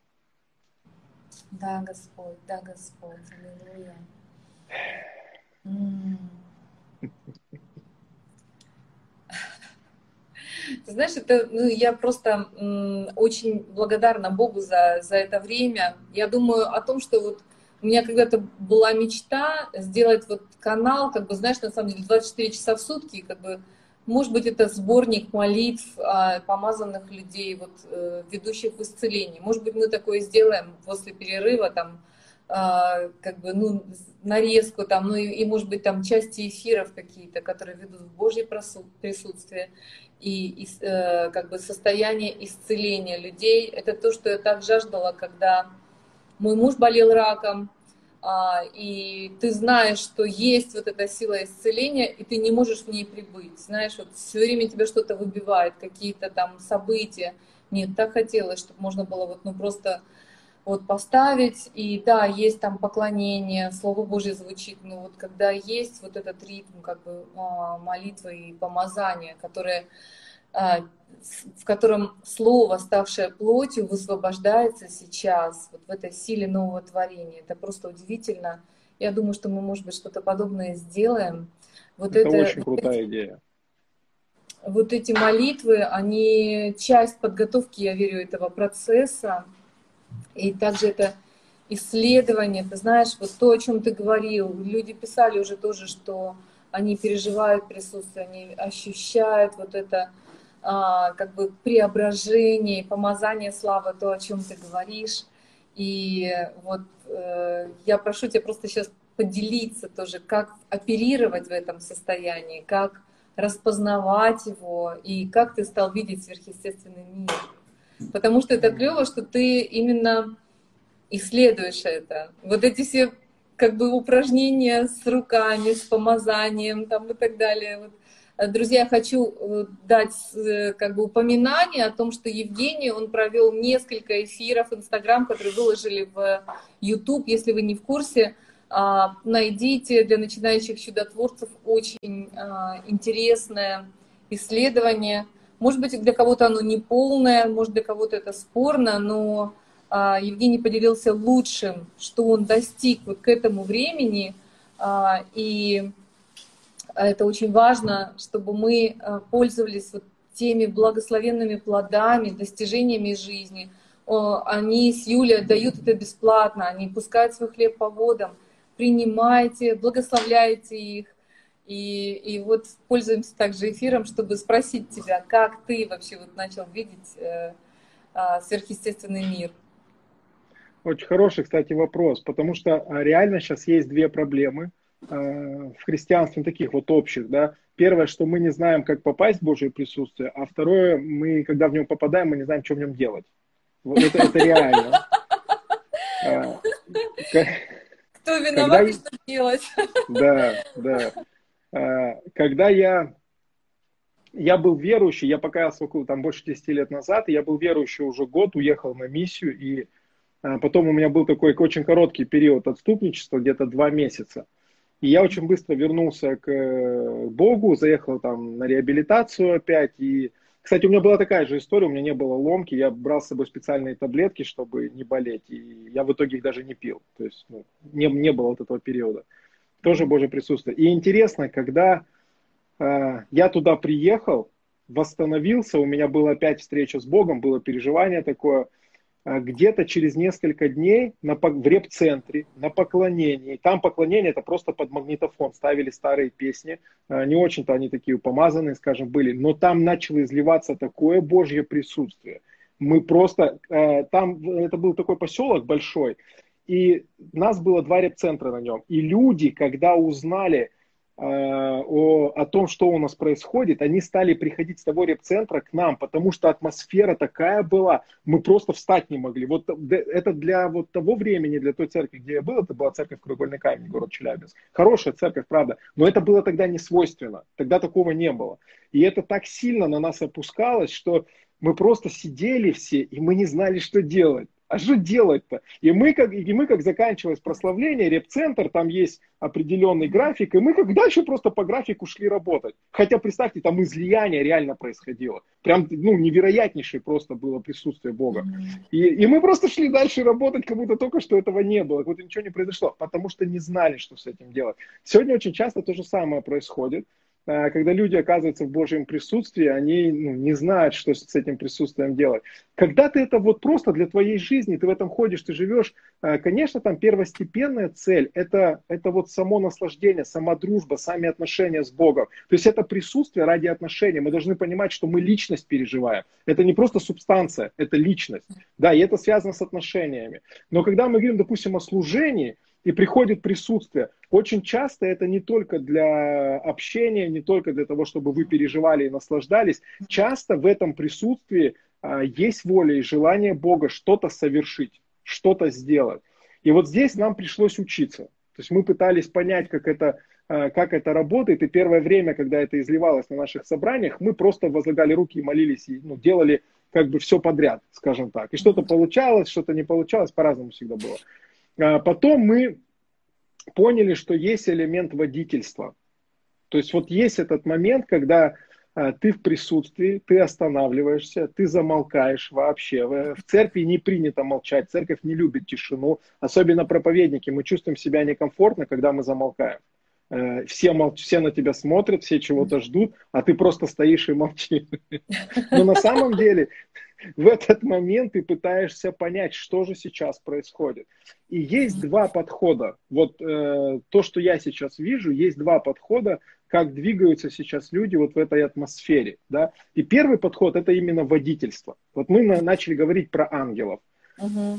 Да, Господь, да, Господь. Аллилуйя. Ты знаешь, это, ну, я просто м, очень благодарна Богу за, за это время. Я думаю о том, что вот у меня когда-то была мечта сделать вот канал, как бы, знаешь, на самом деле двадцать четыре часа в сутки, как бы, может быть, это сборник молитв а, помазанных людей, вот, э, ведущих в исцелении. Может быть, мы такое сделаем после перерыва, там, а, как бы, ну, нарезку, там, ну, и, и, может быть, там части эфиров какие-то, которые ведут в Божье присутствие. И, и э, как бы состояние исцеления людей. Это то, что я так жаждала, когда мой муж болел раком, а, и ты знаешь, что есть вот эта сила исцеления, и ты не можешь в ней прибыть. Знаешь, вот все время тебя что-то выбивает, какие-то там события. Мне так хотелось, чтобы можно было вот, ну, просто вот поставить, и да, есть там поклонение, Слово Божье звучит, но вот когда есть вот этот ритм, как бы молитвы и помазания, которое, в котором Слово, ставшее плотью, высвобождается сейчас, вот в этой силе нового творения, это просто удивительно. Я думаю, что мы, может быть, что-то подобное сделаем. Вот это, это очень крутая эти, идея. Вот эти молитвы, они часть подготовки, я верю, этого процесса. И также это исследование, ты знаешь, вот то, о чем ты говорил, люди писали уже тоже, что они переживают присутствие, они ощущают вот это а, как бы преображение, помазание славы, то, о чем ты говоришь. И вот э, я прошу тебя просто сейчас поделиться тоже, как оперировать в этом состоянии, как распознавать его, и как ты стал видеть сверхъестественный мир. Потому что это клево, что ты именно исследуешь это. Вот эти все как бы упражнения с руками, с помазанием там, и так далее. Вот. Друзья, я хочу дать как бы упоминание о том, что Евгений, он провел несколько эфиров в Инстаграм, которые выложили в Ютуб. Если вы не в курсе, найдите для начинающих чудотворцев очень интересное исследование. Может быть, для кого-то оно не полное, может, для кого-то это спорно, но Евгений поделился лучшим, что он достиг вот к этому времени, и это очень важно, чтобы мы пользовались вот теми благословенными плодами, достижениями жизни. Они с Юлей дают это бесплатно, они пускают свой хлеб по водам. Принимайте, благословляйте их. И, и вот пользуемся также эфиром, чтобы спросить тебя, как ты вообще вот начал видеть э, э, сверхъестественный мир. Очень хороший, кстати, вопрос, потому что реально сейчас есть две проблемы в христианстве, таких вот общих, да. Первое, что мы не знаем, как попасть в Божье присутствие, а второе, мы, когда в него попадаем, мы не знаем, что в нем делать. Вот это, это реально. Кто виноват, когда... что делать? Да, да. Когда я, я был верующий, я покаялся около там больше десяти лет назад, и я был верующий уже год, уехал на миссию, и потом у меня был такой очень короткий период отступничества, где-то два месяца. И я очень быстро вернулся к Богу, заехал там на реабилитацию опять. И, кстати, у меня была такая же история, у меня не было ломки, я брал с собой специальные таблетки, чтобы не болеть. И я в итоге их даже не пил. То есть ну, не, не было вот этого периода. Тоже Божье присутствие. И интересно, когда э, я туда приехал, восстановился, у меня была опять встреча с Богом, было переживание такое. Где-то через несколько дней на, в реп-центре, на поклонении, там поклонение это просто под магнитофон, ставили старые песни, не очень-то они такие помазанные, скажем, были, но там начало изливаться такое Божье присутствие. Мы просто, там, это был такой поселок большой, и нас было два реп-центра на нем, и люди, когда узнали О, о том, что у нас происходит, они стали приходить с того реп-центра к нам, потому что атмосфера такая была, мы просто встать не могли. Вот это для вот того времени, для той церкви, где я был, это была церковь Краеугольный камень, город Челябинск. Хорошая церковь, правда, но это было тогда не свойственно, тогда такого не было. И это так сильно на нас опускалось, что мы просто сидели все, и мы не знали, что делать. А что делать-то? И мы, как, и мы, как заканчивалось прославление, реп-центр, там есть определенный график, и мы как дальше просто по графику шли работать. Хотя, представьте, там излияние реально происходило. Прям, ну, невероятнейшее просто было присутствие Бога. И, и мы просто шли дальше работать, как будто только что этого не было, как будто ничего не произошло, потому что не знали, что с этим делать. Сегодня очень часто то же самое происходит. Когда люди оказываются в Божьем присутствии, они ну, не знают, что с этим присутствием делать. Когда ты это вот просто для твоей жизни, ты в этом ходишь, ты живешь, конечно, там первостепенная цель это, это вот само наслаждение, сама дружба, сами отношения с Богом. То есть это присутствие ради отношений. Мы должны понимать, что мы личность переживаем. Это не просто субстанция, это личность. Да, и это связано с отношениями. Но когда мы говорим, допустим, о служении, и приходит присутствие. Очень часто это не только для общения, не только для того, чтобы вы переживали и наслаждались. Часто в этом присутствии а, есть воля и желание Бога что-то совершить, что-то сделать. И вот здесь нам пришлось учиться. То есть мы пытались понять, как это, а, как это работает. И первое время, когда это изливалось на наших собраниях, мы просто возлагали руки и молились, и ну, делали как бы все подряд, скажем так. И что-то получалось, что-то не получалось, по-разному всегда было. Потом мы поняли, что есть элемент водительства. То есть вот есть этот момент, когда ты в присутствии, ты останавливаешься, ты замолкаешь вообще. В церкви не принято молчать, церковь не любит тишину. Особенно проповедники, мы чувствуем себя некомфортно, когда мы замолкаем. Все, молч... все на тебя смотрят, все чего-то ждут, а ты просто стоишь и молчишь. Но на самом деле в этот момент ты пытаешься понять, что же сейчас происходит. И есть два подхода. Вот э, то, что я сейчас вижу, есть два подхода, как двигаются сейчас люди вот в этой атмосфере. Да? И первый подход это именно водительство. Вот мы на... начали говорить про ангелов. Uh-huh.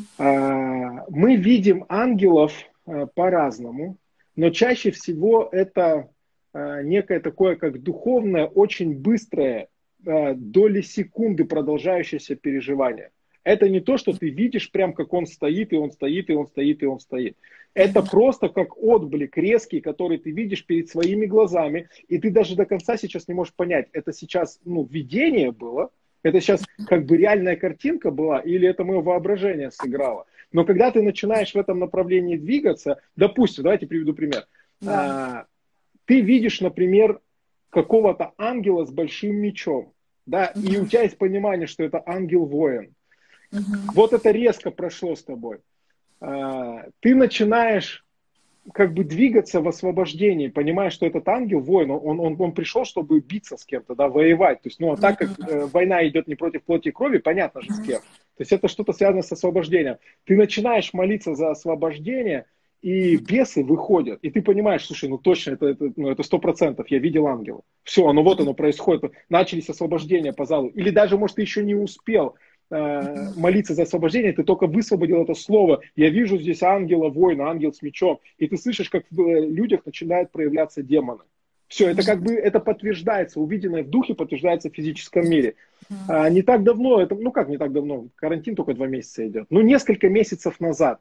А, мы видим ангелов а, по-разному. Но чаще всего это э, некое такое, как духовное, очень быстрое, э, доли секунды продолжающееся переживание. Это не то, что ты видишь прям, как он стоит, и он стоит, и он стоит, и он стоит. Это просто как отблик резкий, который ты видишь перед своими глазами, и ты даже до конца сейчас не можешь понять, это сейчас, ну, видение было, это сейчас как бы реальная картинка была, или это мое воображение сыграло. Но когда ты начинаешь в этом направлении двигаться, допустим, давайте приведу пример. Да. А, ты видишь, например, какого-то ангела с большим мечом, да, угу. И у тебя есть понимание, что это ангел-воин. Угу. Вот это резко прошло с тобой. А, ты начинаешь как бы двигаться в освобождении, понимая, что этот ангел, воин, он, он, он пришел, чтобы биться с кем-то, да, воевать. То есть, ну, а так как э, война идет не против плоти и крови, понятно же с кем. То есть это что-то связано с освобождением. Ты начинаешь молиться за освобождение, и бесы выходят. И ты понимаешь, слушай, ну точно, это, это, ну, это сто процентов, я видел ангела. Все, ну вот оно происходит. Начались освобождения по залу. Или даже, может, ты еще не успел молиться за освобождение, ты только высвободил это слово. Я вижу здесь ангела, воина, ангел с мечом. И ты слышишь, как в людях начинают проявляться демоны. Все, это как бы это подтверждается, увиденное в духе подтверждается в физическом мире. А, не так давно, это, ну как не так давно, карантин только два месяца идет. Ну, несколько месяцев назад,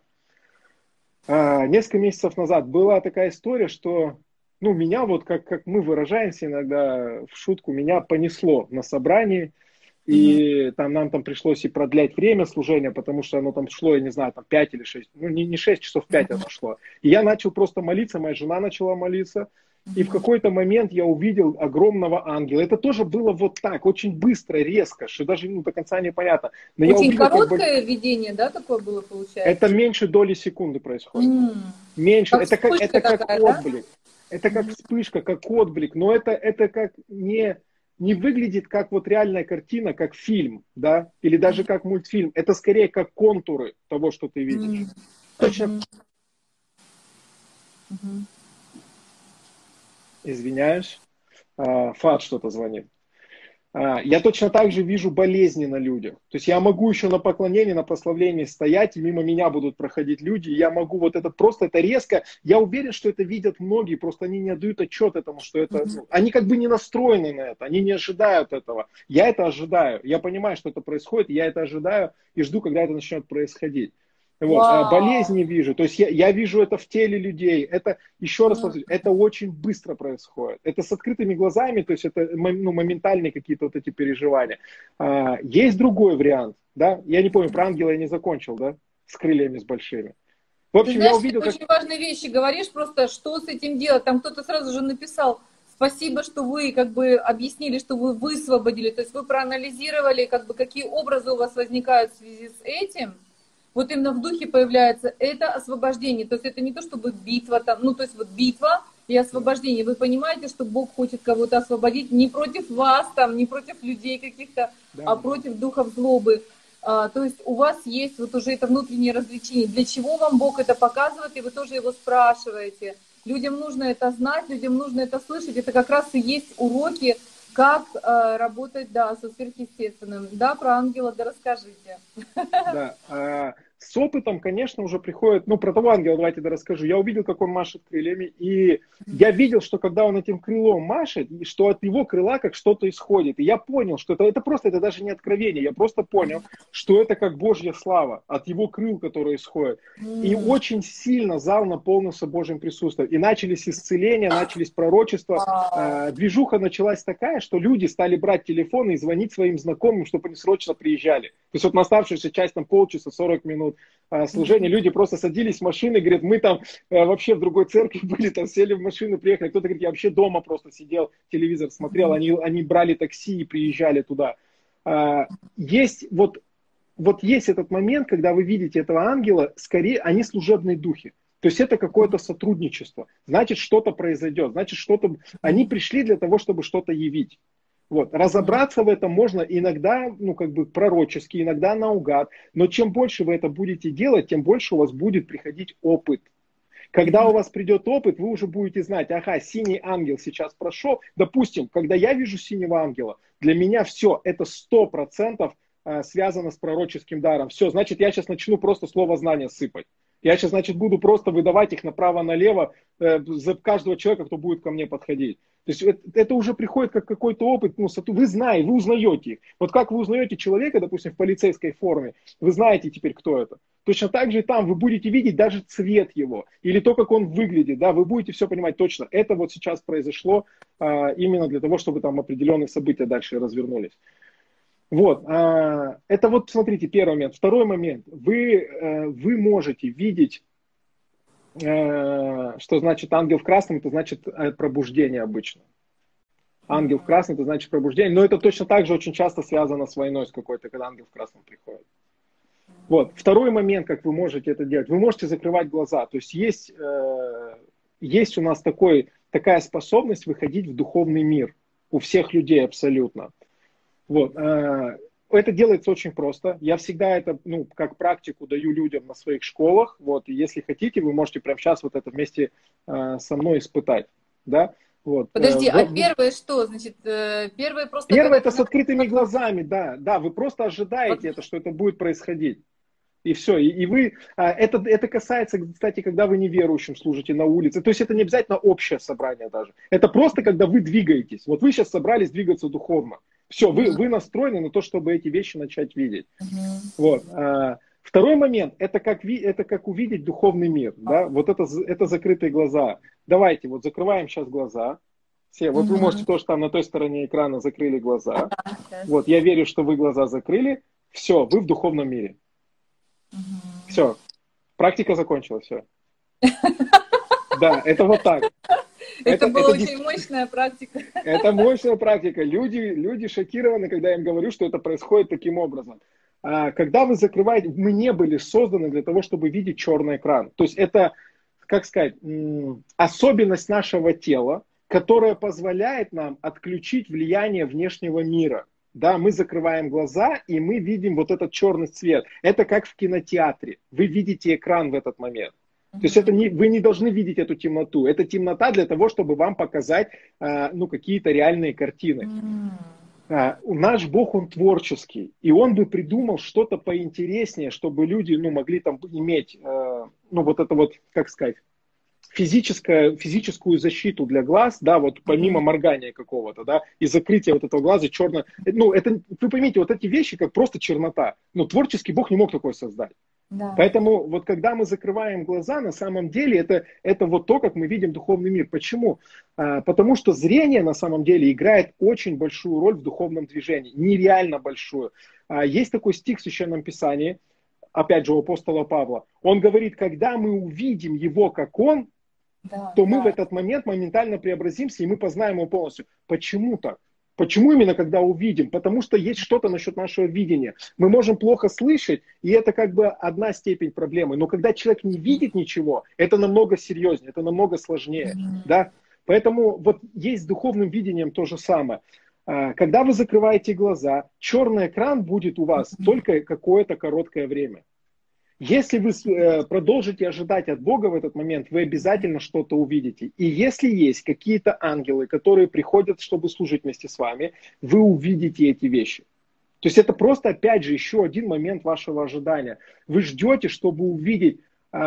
а, несколько месяцев назад была такая история, что, ну, меня вот, как, как мы выражаемся иногда в шутку, меня понесло на собрании. И mm-hmm. там нам там пришлось и продлять время служения, потому что оно там шло, я не знаю, там пять или шесть, ну не, не шесть часов, пять mm-hmm. оно шло. И я начал просто молиться, моя жена начала молиться, mm-hmm. и в какой-то момент я увидел огромного ангела. Это тоже было вот так, очень быстро, резко, что даже ну, до конца непонятно. Но очень я увидел, короткое как бы... видение, да, такое было, получается? Это меньше доли секунды происходит. Mm-hmm. Меньше, как это как, это как такая, отблик. Да? Это как mm-hmm. вспышка, как отблик, но это, это как не... не выглядит как вот реальная картина, как фильм, да, или даже как мультфильм. Это скорее как контуры того, что ты видишь. Mm-hmm. Точно. Mm-hmm. Извиняюсь. А, Фат что-то звонит. А, я точно так же вижу болезни на людях. То есть я могу еще на поклонении, на прославлении стоять, и мимо меня будут проходить люди, и я могу вот это просто, это резко. Я уверен, что это видят многие, просто они не отдают отчет этому, что это... Ну, они как бы не настроены на это, они не ожидают этого. Я это ожидаю, я понимаю, что это происходит, я это ожидаю и жду, когда это начнет происходить. Вот. Wow. Болезни вижу, то есть я, я вижу это в теле людей, это, еще раз повторюсь, это очень быстро происходит, это с открытыми глазами, то есть это ну, моментальные какие-то вот эти переживания. А, есть другой вариант, да, я не помню, про ангела я не закончил, да, с крыльями с большими. В общем, ты знаешь, я увидел, ты как... очень важные вещи говоришь, просто что с этим делать, там кто-то сразу же написал, спасибо, что вы как бы объяснили, что вы высвободили, то есть вы проанализировали, как бы какие образы у вас возникают в связи с этим. Вот именно в духе появляется это освобождение. То есть это не то, чтобы битва там, ну то есть вот битва и освобождение. Вы понимаете, что Бог хочет кого-то освободить не против вас, там, не против людей каких-то, да. а против духов злобы. А, то есть у вас есть вот уже это внутреннее развлечение. Для чего вам Бог это показывает, и вы тоже его спрашиваете. Людям нужно это знать, людям нужно это слышать. Это как раз и есть уроки, как э, работать, да, со сверхъестественным. Да, про ангела, да, расскажите. Да, а, с опытом, конечно, уже приходит, ну, про того ангела давайте да расскажу. Я увидел, как он машет крыльями, и я видел, что когда он этим крылом машет, что от его крыла как что-то исходит. И я понял, что это, это просто, это даже не откровение, я просто понял, что это как Божья слава от его крыл, которые исходят. И очень сильно зал наполнился Божьим присутствием. И начались исцеления, начались пророчества. Движуха началась такая, что люди стали брать телефоны и звонить своим знакомым, чтобы они срочно приезжали. То есть вот на оставшуюся часть, там полчаса, сорок минут служения, люди просто садились в машины, говорят, мы там вообще в другой церкви были, там сели в машину, приехали. Кто-то говорит, я вообще дома просто сидел, телевизор смотрел, они, они брали такси и приезжали туда. Есть вот, вот есть этот момент, когда вы видите этого ангела, скорее они служебные духи. То есть это какое-то сотрудничество. Значит, что-то произойдет. Значит, что-то... Они пришли для того, чтобы что-то явить. Вот. Разобраться в этом можно иногда, ну, как бы пророчески, иногда наугад. Но чем больше вы это будете делать, тем больше у вас будет приходить опыт. Когда у вас придет опыт, вы уже будете знать, ага, синий ангел сейчас прошел. Допустим, когда я вижу синего ангела, для меня все, это сто процентов связано с пророческим даром. Все, значит, я сейчас начну просто слово знания сыпать. Я сейчас, значит, буду просто выдавать их направо-налево э, за каждого человека, кто будет ко мне подходить. То есть это, это уже приходит как какой-то опыт, ну, вы знаете, вы узнаете их. Вот как вы узнаете человека, допустим, в полицейской форме, вы знаете теперь, кто это. Точно так же и там вы будете видеть даже цвет его, или то, как он выглядит, да, вы будете все понимать точно. Это вот сейчас произошло а, именно для того, чтобы там определенные события дальше развернулись. Вот, а, это вот, смотрите, первый момент. Второй момент. Вы, э, вы можете видеть, э, что значит ангел в красном, это значит э, пробуждение обычно. Ангел в красном, это значит пробуждение, но это точно так же очень часто связано с войной с какой-то, когда ангел в красном приходит. Вот. Второй момент, как вы можете это делать, вы можете закрывать глаза. То есть есть, э, есть у нас такой, такая способность выходить в духовный мир у всех людей абсолютно. Вот. Э, это делается очень просто. Я всегда это, ну, как практику даю людям на своих школах. Вот. И если хотите, вы можете прямо сейчас вот это вместе э, со мной испытать. Да? Вот. Подожди, Э, а вот. первое что? Значит, э, первое просто... Первое это с открытыми глазами, да. Да, вы просто ожидаете это, что это будет происходить. И все. И, и вы, это, это касается, кстати, когда вы неверующим служите на улице. То есть это не обязательно общее собрание даже. Это просто когда вы двигаетесь. Вот вы сейчас собрались двигаться духовно. Все, вы, вы настроены на то, чтобы эти вещи начать видеть. Вот. Второй момент, это как, это как увидеть духовный мир. Да? Вот это, это закрытые глаза. Давайте, вот закрываем сейчас глаза. Все, вот вы можете тоже там на той стороне экрана закрыли глаза. Вот, я верю, что вы глаза закрыли. Все, вы в духовном мире. Все, практика закончилась, все. Да, это вот так. Это, это была это, очень мощная практика. Это мощная практика. Люди, люди шокированы, когда я им говорю, что это происходит таким образом. А, когда вы закрываете, мы не были созданы для того, чтобы видеть черный экран. То есть это, как сказать, особенность нашего тела, которая позволяет нам отключить влияние внешнего мира. Да, мы закрываем глаза, и мы видим вот этот черный цвет. Это как в кинотеатре. Вы видите экран в этот момент. То есть это не, вы не должны видеть эту темноту. Это темнота для того, чтобы вам показать а, ну, какие-то реальные картины. А, наш Бог, Он творческий. И Он бы придумал что-то поинтереснее, чтобы люди ну, могли там иметь, а, ну вот это вот, как сказать, физическую, физическую защиту для глаз, да, вот помимо моргания какого-то, да, и закрытия вот этого глаза черно. Ну, это, вы поймите, вот эти вещи как просто чернота. Ну, творческий Бог не мог такое создать. Да. Поэтому вот когда мы закрываем глаза, на самом деле это, это вот то, как мы видим духовный мир. Почему? А, потому что зрение на самом деле играет очень большую роль в духовном движении. Нереально большую. А, есть такой стих в Священном Писании, опять же у апостола Павла. Он говорит, когда мы увидим его как он, да, то мы да. в этот момент моментально преобразимся, и мы познаем его полностью. Почему так? Почему именно когда увидим? Потому что есть что-то насчет нашего видения. Мы можем плохо слышать, и это как бы одна степень проблемы. Но когда человек не видит ничего, это намного серьезнее, это намного сложнее. Mm-hmm. Да? Поэтому вот есть с духовным видением то же самое. Когда вы закрываете глаза, черный экран будет у вас mm-hmm. только какое-то короткое время. Если вы продолжите ожидать от Бога в этот момент, вы обязательно что-то увидите. И если есть какие-то ангелы, которые приходят, чтобы служить вместе с вами, вы увидите эти вещи. То есть это просто, опять же, еще один момент вашего ожидания. Вы ждете, чтобы увидеть,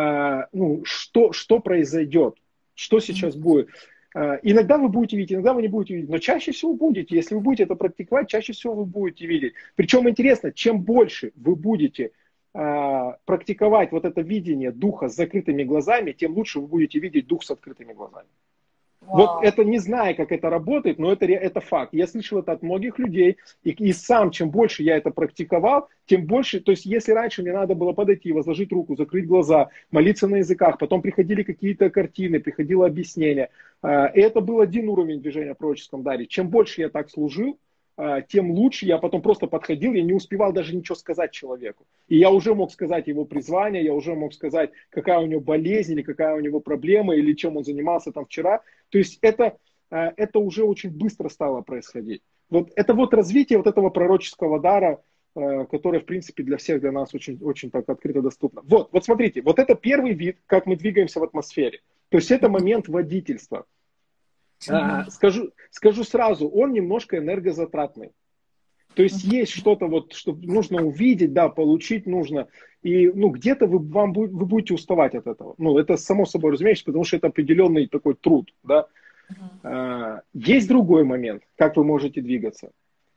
ну, что, что произойдет, что сейчас будет. Иногда вы будете видеть, иногда вы не будете видеть, но чаще всего будете. Если вы будете это практиковать, чаще всего вы будете видеть. Причем интересно, чем больше вы будете практиковать вот это видение духа с закрытыми глазами, тем лучше вы будете видеть дух с открытыми глазами. Wow. Вот это не знаю, как это работает, но это, это факт. Я слышал это от многих людей, и, и сам, чем больше я это практиковал, тем больше, то есть если раньше мне надо было подойти, возложить руку, закрыть глаза, молиться на языках, потом приходили какие-то картины, приходило объяснение, и это был один уровень движения в пророческом даре. Чем больше я так служил, тем лучше. Я потом просто подходил, я не успевал даже ничего сказать человеку. И я уже мог сказать его призвание, я уже мог сказать, какая у него болезнь, или какая у него проблема, или чем он занимался там вчера. То есть это, это уже очень быстро стало происходить. Вот это вот развитие вот этого пророческого дара, которое, в принципе, для всех, для нас очень, очень так открыто доступно. Вот, вот смотрите, вот это первый вид, как мы двигаемся в атмосфере. То есть это момент водительства. А, скажу, скажу сразу, он немножко энергозатратный. То есть есть что-то, вот, что нужно увидеть, да, получить нужно. И ну, где-то вы, вам, вы будете уставать от этого. Ну, это само собой разумеется, потому что это определенный такой труд. Да? Uh-huh. Есть другой момент, как вы можете двигаться.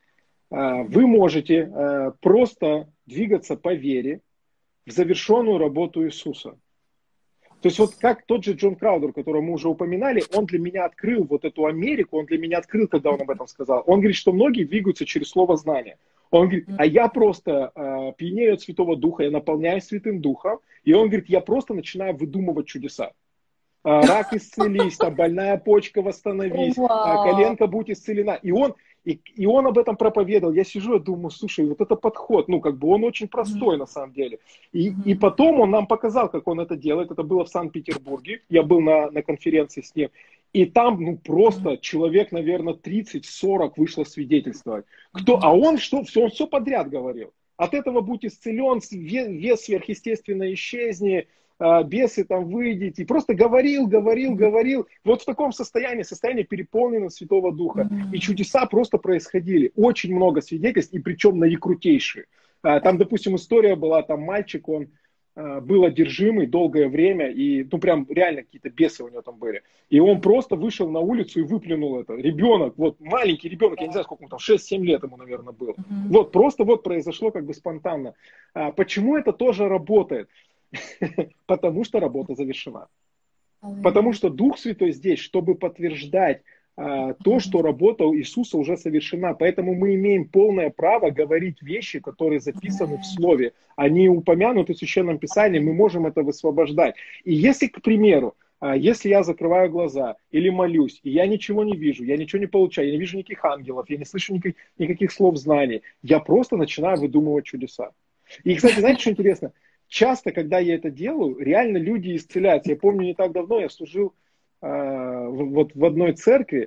Вы можете просто двигаться по вере в завершенную работу Иисуса. То есть вот как тот же Джон Краудер, которого мы уже упоминали, он для меня открыл вот эту Америку, он для меня открыл, когда он об этом сказал. Он говорит, что многие двигаются через слово знание. Он говорит, а я просто э, пьянею от Святого Духа, я наполняюсь Святым Духом, и он говорит, я просто начинаю выдумывать чудеса. Рак исцелись, там, больная почка восстановись, wow. коленка будь исцелена. И он, и, и он об этом проповедовал. Я сижу и думаю, слушай, вот это подход, ну, как бы он очень простой mm-hmm. на самом деле. И, mm-hmm. и потом он нам показал, как он это делает. Это было в Санкт-Петербурге. Я был на, на конференции с ним. И там, ну, просто mm-hmm. человек, наверное, тридцать-сорок вышло свидетельствовать. Кто, mm-hmm. А он что, все, он все подряд говорил. От этого будь исцелен, вес сверхъестественно исчезни, бесы там выйдите. И просто говорил, говорил, говорил. Вот в таком состоянии, состоянии переполненного Святого Духа. И чудеса просто происходили. Очень много свидетельств, и причем наикрутейшие. Там, допустим, история была, там мальчик, он был одержимый долгое время, и ну прям реально какие-то бесы у него там были. И он просто вышел на улицу и выплюнул это. Ребенок, вот маленький ребенок, я не знаю, сколько ему там, шесть-семь лет ему, наверное, было. Вот просто вот произошло как бы спонтанно. Почему это тоже работает? Потому что работа завершена. Потому что Дух Святой здесь, чтобы подтверждать а, то, что работа Иисуса уже совершена. Поэтому мы имеем полное право говорить вещи, которые записаны в Слове. Они упомянуты в Священном Писании, мы можем это высвобождать. И если, к примеру, а, если я закрываю глаза или молюсь, и я ничего не вижу, я ничего не получаю, я не вижу никаких ангелов, я не слышу никаких, никаких слов знаний, я просто начинаю выдумывать чудеса. И, кстати, знаете, что интересно? Часто, когда я это делаю, реально люди исцеляются. Я помню, не так давно я служил э, вот в одной церкви,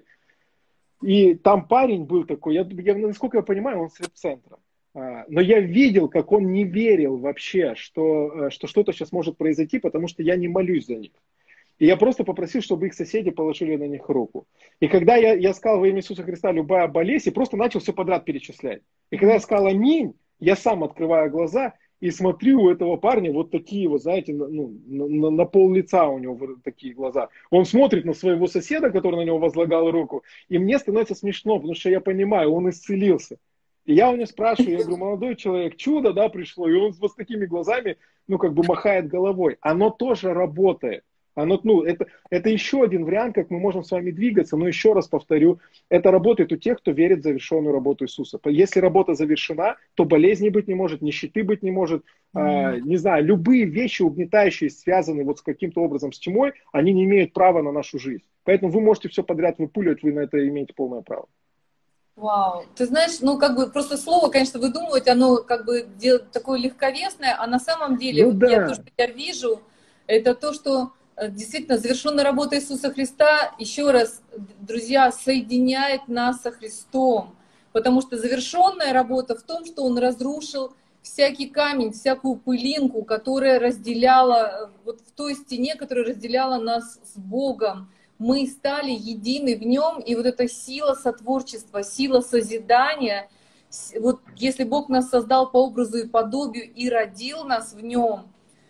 и там парень был такой, я, я, насколько я понимаю, он с реп-центра. Э, но я видел, как он не верил вообще, что, что что-то сейчас может произойти, потому что я не молюсь за них. И я просто попросил, чтобы их соседи положили на них руку. И когда я, я сказал во имя Иисуса Христа любая болезнь, и просто начал все подряд перечислять. И когда я сказал аминь, я сам открываю глаза и смотрю, у этого парня вот такие вот, знаете, ну, на, на пол лица у него такие глаза. Он смотрит на своего соседа, который на него возлагал руку, и мне становится смешно, потому что я понимаю, он исцелился. И я у него спрашиваю, я говорю, молодой человек, чудо, да, пришло, и он вот с такими глазами, ну, как бы махает головой. Оно тоже работает. Оно, ну, это, это еще один вариант, как мы можем с вами двигаться, но еще раз повторю, это работает у тех, кто верит в завершенную работу Иисуса. Если работа завершена, то болезни быть не может, нищеты быть не может, mm-hmm. э, не знаю, любые вещи угнетающие, связанные вот с каким-то образом с тьмой, они не имеют права на нашу жизнь. Поэтому вы можете все подряд выпуливать, вы на это имеете полное право. Вау, ты знаешь, ну как бы просто слово, конечно, выдумывать, оно как бы такое легковесное, а на самом деле, ну, вот да. я, то, что я вижу, это то, что действительно завершенная работа Иисуса Христа, еще раз, друзья, соединяет нас со Христом, потому что завершенная работа в том, что Он разрушил всякий камень, всякую пылинку, которая разделяла, вот в той стене, которая разделяла нас с Богом. Мы стали едины в Нем, и вот эта сила сотворчества, сила созидания, вот если Бог нас создал по образу и подобию и родил нас в Нем,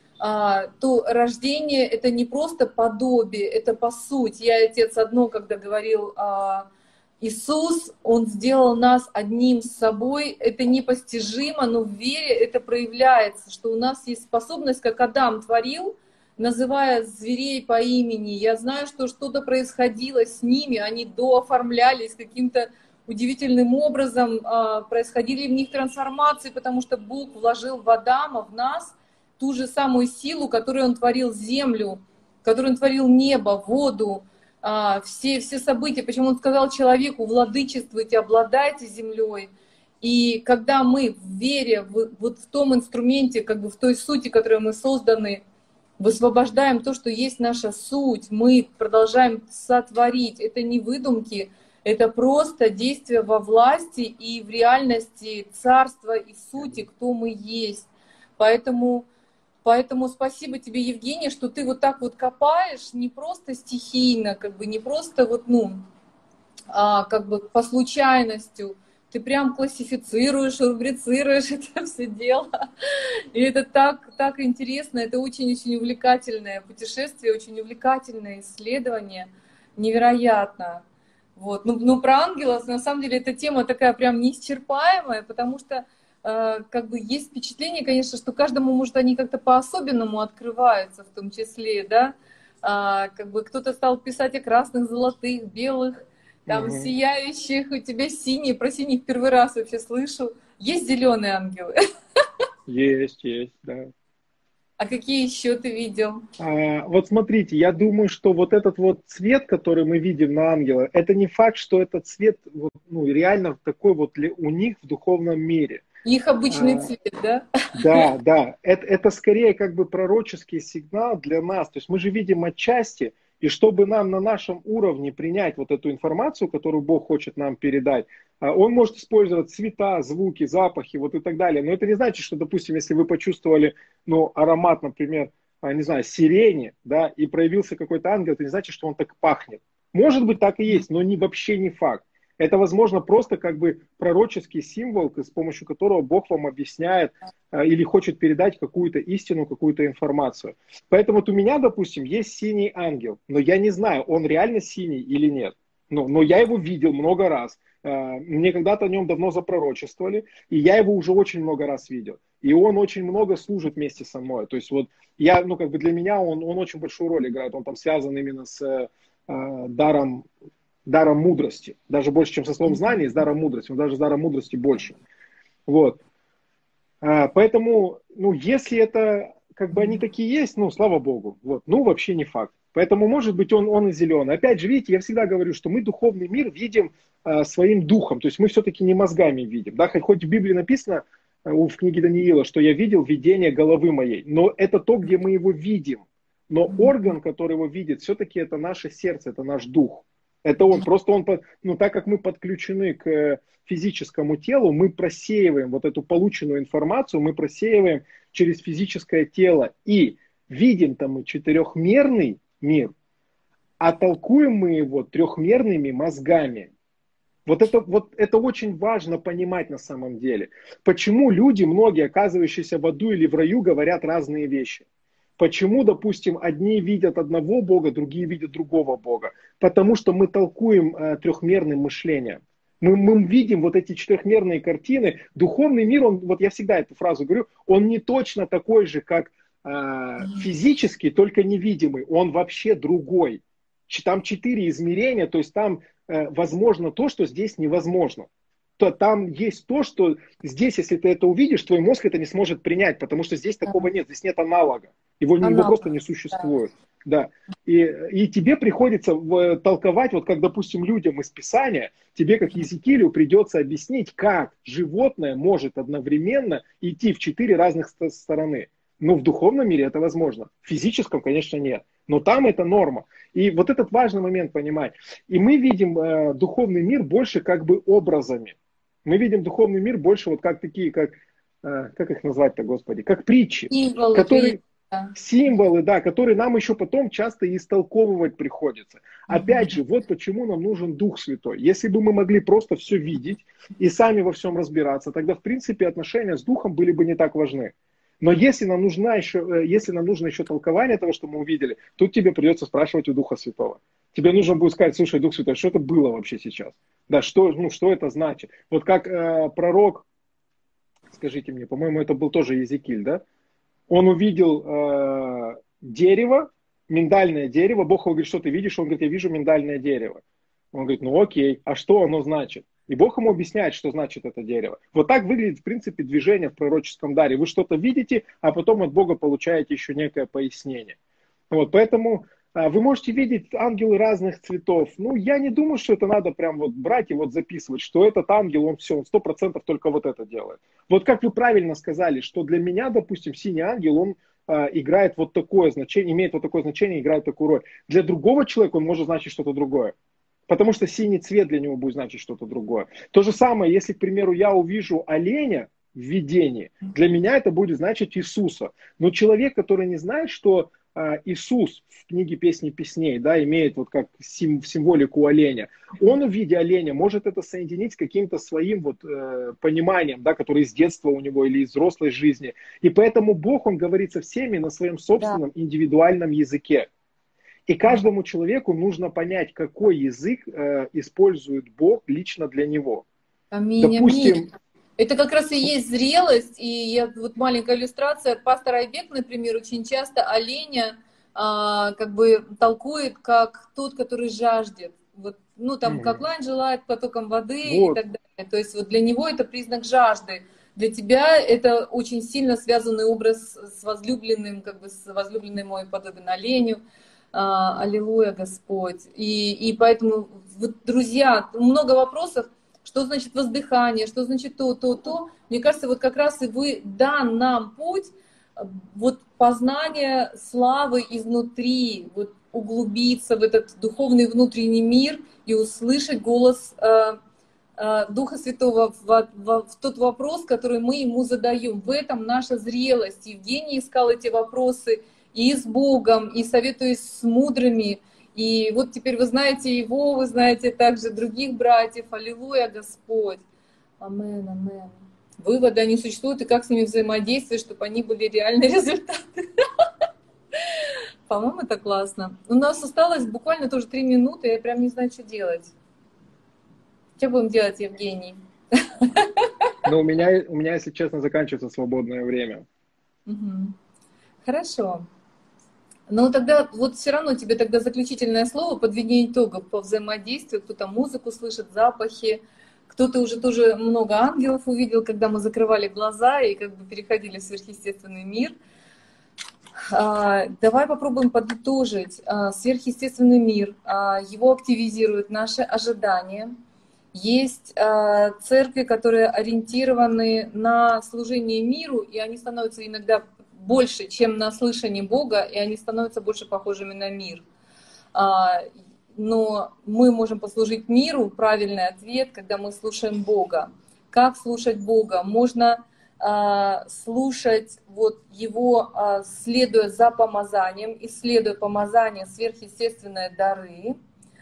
то рождение — это не просто подобие, это по сути. Я Отец одно, когда говорил, Иисус, Он сделал нас одним с собой, это непостижимо, но в вере это проявляется, что у нас есть способность, как Адам творил, называя зверей по имени. Я знаю, что что-то происходило с ними, они дооформлялись каким-то удивительным образом, происходили в них трансформации, потому что Бог вложил в Адама, в нас, ту же самую силу, которую Он творил землю, которую Он творил небо, воду, все, все события. Почему Он сказал человеку: владычествуйте, обладайте землей. И когда мы в вере, в, вот в том инструменте, как бы в той сути, которой мы созданы, высвобождаем то, что есть наша суть, мы продолжаем сотворить. Это не выдумки, это просто действие во власти и в реальности царства и сути, кто мы есть. Поэтому, поэтому спасибо тебе, Евгений, что ты вот так вот копаешь, не просто стихийно, как бы не просто вот, ну, а, как бы по случайности. ты прям классифицируешь, рубрицируешь это все дело. И это так, так интересно, это очень-очень увлекательное путешествие, очень увлекательное исследование, невероятно. Вот. Ну, ну, про ангелов, на самом деле, эта тема такая прям неисчерпаемая, потому что э, как бы есть впечатление, конечно, что каждому, может, они как-то по-особенному открываются, в том числе, да, а, как бы кто-то стал писать о красных, золотых, белых, там, Мгм. сияющих, у тебя синие, про синих первый раз вообще слышу. Есть зеленые ангелы. Есть, есть, да. А какие еще ты видел? А, вот смотрите, я думаю, что вот этот вот цвет, который мы видим на ангела, это не факт, что этот цвет вот, ну, реально такой вот ли у них в духовном мире. Их обычный А, цвет, да? да, да, это, это скорее как бы пророческий сигнал для нас. То есть мы же видим отчасти, и чтобы нам на нашем уровне принять вот эту информацию, которую Бог хочет нам передать, а, Он может использовать цвета, звуки, запахи, вот и так далее. Но это не значит, что, допустим, если вы почувствовали, ну, аромат, например, а, не знаю, сирени, да, и проявился какой-то ангел, это не значит, что он так пахнет. Может быть, так и есть, но не, вообще не факт. Это, возможно, просто как бы пророческий символ, с помощью которого Бог вам объясняет э, или хочет передать какую-то истину, какую-то информацию. Поэтому вот у меня, допустим, есть синий ангел, но я не знаю, он реально синий или нет. Но, но я его видел много раз. Э, Мне когда-то о нем давно запророчествовали, и я его уже очень много раз видел. И он очень много служит вместе со мной. То есть вот я, ну как бы для меня он, он очень большую роль играет. Он там связан именно с э, даром даром мудрости. Даже больше, чем со словом знания, с даром мудрости. Но даже с даром мудрости больше. Вот. А, поэтому, ну, если это, как бы они такие есть, ну, слава богу. Вот. Ну, вообще не факт. Поэтому, может быть, он, он и зеленый. Опять же, видите, я всегда говорю, что мы духовный мир видим а, своим духом. То есть мы все-таки не мозгами видим. Да? Хоть, хоть в Библии написано, а, в книге Даниила, что я видел видение головы моей. Но это то, где мы его видим. Но орган, который его видит, все-таки это наше сердце, это наш дух. Это он. Просто он, ну, так как мы подключены к физическому телу, мы просеиваем вот эту полученную информацию, мы просеиваем через физическое тело. И видим-то мы четырехмерный мир, а толкуем мы его трехмерными мозгами. Вот это, вот это очень важно понимать на самом деле. Почему люди, многие, оказывающиеся в аду или в раю, говорят разные вещи. Почему, допустим, одни видят одного Бога, другие видят другого Бога? Потому что мы толкуем э, трехмерным мышлением. Мы, мы видим вот эти четырехмерные картины. Духовный мир, он, вот я всегда эту фразу говорю, он не точно такой же, как э, физический, только невидимый. Он вообще другой. Там четыре измерения, то есть там э, возможно то, что здесь невозможно. То там есть то, что здесь, если ты это увидишь, твой мозг это не сможет принять, потому что здесь такого нет, здесь нет аналога. Его, не, его Аналог, просто не да. существует. Да. И, и тебе приходится в, толковать, вот как, допустим, людям из Писания, тебе, как Езекиилю, придется объяснить, как животное может одновременно идти в четыре разных стороны. Но в духовном мире это возможно. В физическом, конечно, нет. Но там это норма. И вот этот важный момент понимать. И мы видим э, духовный мир больше как бы образами. Мы видим духовный мир больше вот как такие, как, э, как их назвать-то, Господи, как притчи, Символы, которые, да. символы, да, которые нам еще потом часто истолковывать приходится. Опять же, вот почему нам нужен Дух Святой. Если бы мы могли просто все видеть и сами во всем разбираться, тогда, в принципе, отношения с Духом были бы не так важны. Но если нам, нужна еще, если нам нужно еще толкование того, что мы увидели, тут тебе придется спрашивать у Духа Святого. Тебе нужно будет сказать, слушай, Дух Святой, что это было вообще сейчас? Да, что, ну, что это значит? Вот как э, пророк, скажите мне, по-моему, это был тоже Езекииль, да? Он увидел э, дерево, миндальное дерево. Бог ему говорит, что ты видишь? Он говорит, я вижу миндальное дерево. Он говорит, ну окей, а что оно значит? И Бог ему объясняет, что значит это дерево. Вот так выглядит, в принципе, движение в пророческом даре. Вы что-то видите, а потом от Бога получаете еще некое пояснение. Вот, поэтому а, вы можете видеть ангелы разных цветов. Ну, я не думаю, что это надо прям вот брать и вот записывать, что этот ангел, он все, он сто процентов только вот это делает. Вот как вы правильно сказали, что для меня, допустим, синий ангел, он а, играет вот такое значение, имеет вот такое значение, играет такую роль. Для другого человека он может значить что-то другое. Потому что синий цвет для него будет значить что-то другое. То же самое, если, к примеру, я увижу оленя в видении, для меня это будет значить Иисуса. Но человек, который не знает, что э, Иисус в книге «Песни песней», да, имеет вот как сим, символику оленя. Он в виде оленя может это соединить с каким-то своим вот э, пониманием, да, который из детства у него или из взрослой жизни. И поэтому Бог, Он говорит со всеми на своем Да. собственном индивидуальном языке. И Да. каждому человеку нужно понять, какой язык э, использует Бог лично для него. Аминь, Допустим, аминь. Это как раз и есть зрелость. И я, вот маленькая иллюстрация. Пастор Айбек, например, очень часто оленя а, как бы толкует как тот, который жаждет. Вот, ну, там, как Мгм. лань желает потоком воды и Вот, так далее. То есть вот для него это признак жажды. Для тебя это очень сильно связанный образ с возлюбленным, как бы с возлюбленной мой подобен оленю. А, аллилуйя, Господь. И, и поэтому, вот, друзья, много вопросов. Что значит воздыхание, что значит то, то, то. Мне кажется, вот как раз и вы, дан нам путь, вот познание славы изнутри, вот углубиться в этот духовный внутренний мир и услышать голос э, э, Духа Святого в, в, в тот вопрос, который мы ему задаем. В этом наша зрелость. Евгений искал эти вопросы и с Богом, и советуясь с мудрыми. И вот теперь вы знаете его, вы знаете также других братьев. Аллилуйя, Господь. Амен, амен. Вывода не существует, и как с ними взаимодействовать, чтобы они были реальные результаты. По-моему, это классно. У нас осталось буквально тоже три минуты, я прям не знаю, что делать. Что будем делать, Евгений? но у меня, у меня, если честно, заканчивается свободное время. Угу. Хорошо. Но тогда вот все равно тебе тогда заключительное слово, подведение итогов по взаимодействию. Кто-то музыку слышит, запахи, кто-то уже тоже много ангелов увидел, когда мы закрывали глаза и как бы переходили в сверхъестественный мир. Давай попробуем подытожить. Сверхъестественный мир, его активизирует наши ожидания. Есть церкви, которые ориентированы на служение миру, и они становятся иногда больше, чем на слышание Бога, и они становятся больше похожими на мир. Но мы можем послужить миру, правильный ответ, когда мы слушаем Бога. Как слушать Бога? Можно слушать вот Его, следуя за помазанием, исследуя помазание, сверхъестественные дары.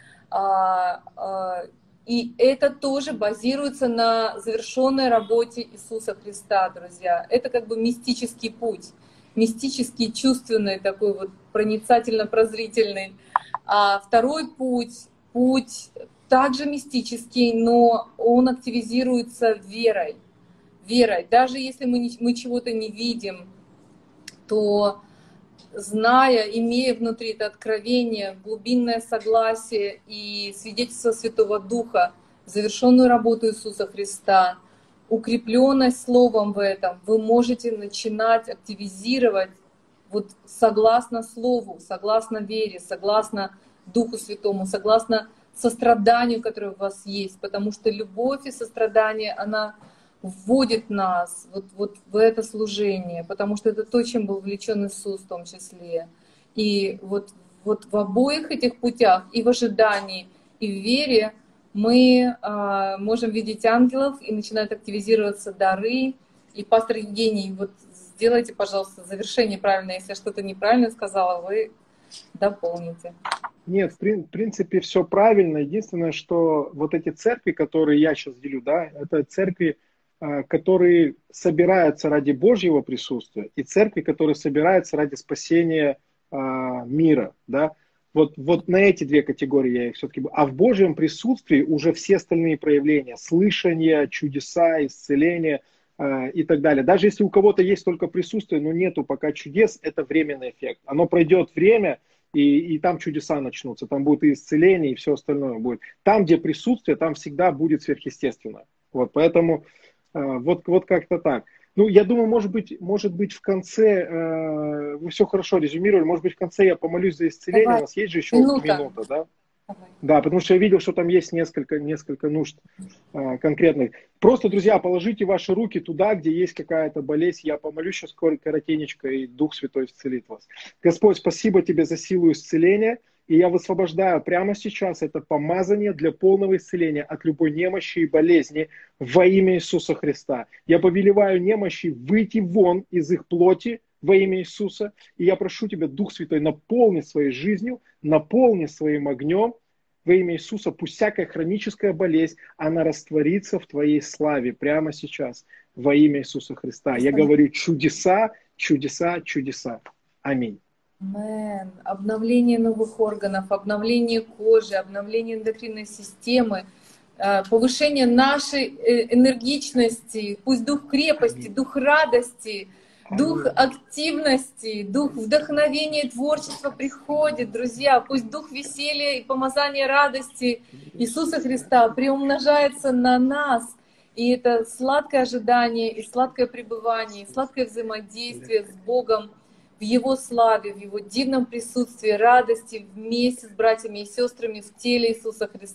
И это тоже базируется на завершенной работе Иисуса Христа, друзья. Это как бы мистический путь, мистический, чувственный, такой вот проницательно-прозрительный. А второй путь, путь также мистический, но он активизируется верой. Верой. Даже если мы, не, мы чего-то не видим, то, зная, имея внутри это откровение, глубинное согласие и свидетельство Святого Духа, завершенную работу Иисуса Христа, укрепленность Словом в этом, вы можете начинать активизировать вот согласно Слову, согласно вере, согласно Духу Святому, согласно состраданию, которое у вас есть, потому что любовь и сострадание, она вводит нас вот, вот в это служение, потому что это то, чем был влечен Иисус в том числе. И вот, вот в обоих этих путях, и в ожидании, и в вере, мы а, можем видеть ангелов, и начинают активизироваться дары. И пастор Евгений, вот сделайте, пожалуйста, завершение правильно. Если я что-то неправильно сказала, вы дополните. Нет, в принципе, все правильно. Единственное, что вот эти церкви, которые я сейчас делю, да, это церкви, которые собираются ради Божьего присутствия, и церкви, которые собираются ради спасения а, мира, да. Вот, вот на эти две категории я их все-таки... А в Божьем присутствии уже все остальные проявления, слышание, чудеса, исцеление а, и так далее. Даже если у кого-то есть только присутствие, но нету пока чудес, это временный эффект. Оно пройдет время, и, и там чудеса начнутся, там будет и исцеление, и все остальное будет. Там, где присутствие, там всегда будет сверхъестественно. Вот, поэтому... Вот, вот как-то так. Ну, я думаю, может быть, может быть в конце, э, вы все хорошо резюмировали, может быть, в конце я помолюсь за исцеление, Давай. у нас есть же еще Минута. минута, да? Давай. Да, потому что я видел, что там есть несколько, несколько нужд э, конкретных. Просто, друзья, положите ваши руки туда, где есть какая-то болезнь, я помолюсь сейчас коротенечко, и Дух Святой исцелит вас. Господь, спасибо тебе за силу исцеления. И я высвобождаю прямо сейчас это помазание для полного исцеления от любой немощи и болезни во имя Иисуса Христа. Я повелеваю немощи выйти вон из их плоти во имя Иисуса. И я прошу Тебя, Дух Святой, наполни своей жизнью, наполни своим огнем во имя Иисуса. Пусть всякая хроническая болезнь, она растворится в Твоей славе прямо сейчас во имя Иисуса Христа. Я говорю чудеса, чудеса, чудеса. Аминь. Амен. Обновление новых органов, обновление кожи, обновление эндокринной системы, повышение нашей энергичности, пусть дух крепости, Аминь. Дух радости, Аминь. Дух активности, дух вдохновения и творчества приходит, друзья. Пусть дух веселья и помазания радости Иисуса Христа приумножается на нас. И это сладкое ожидание, и сладкое пребывание, и сладкое взаимодействие с Богом в Его славе, в Его дивном присутствии, радости вместе с братьями и сестрами в теле Иисуса Христа.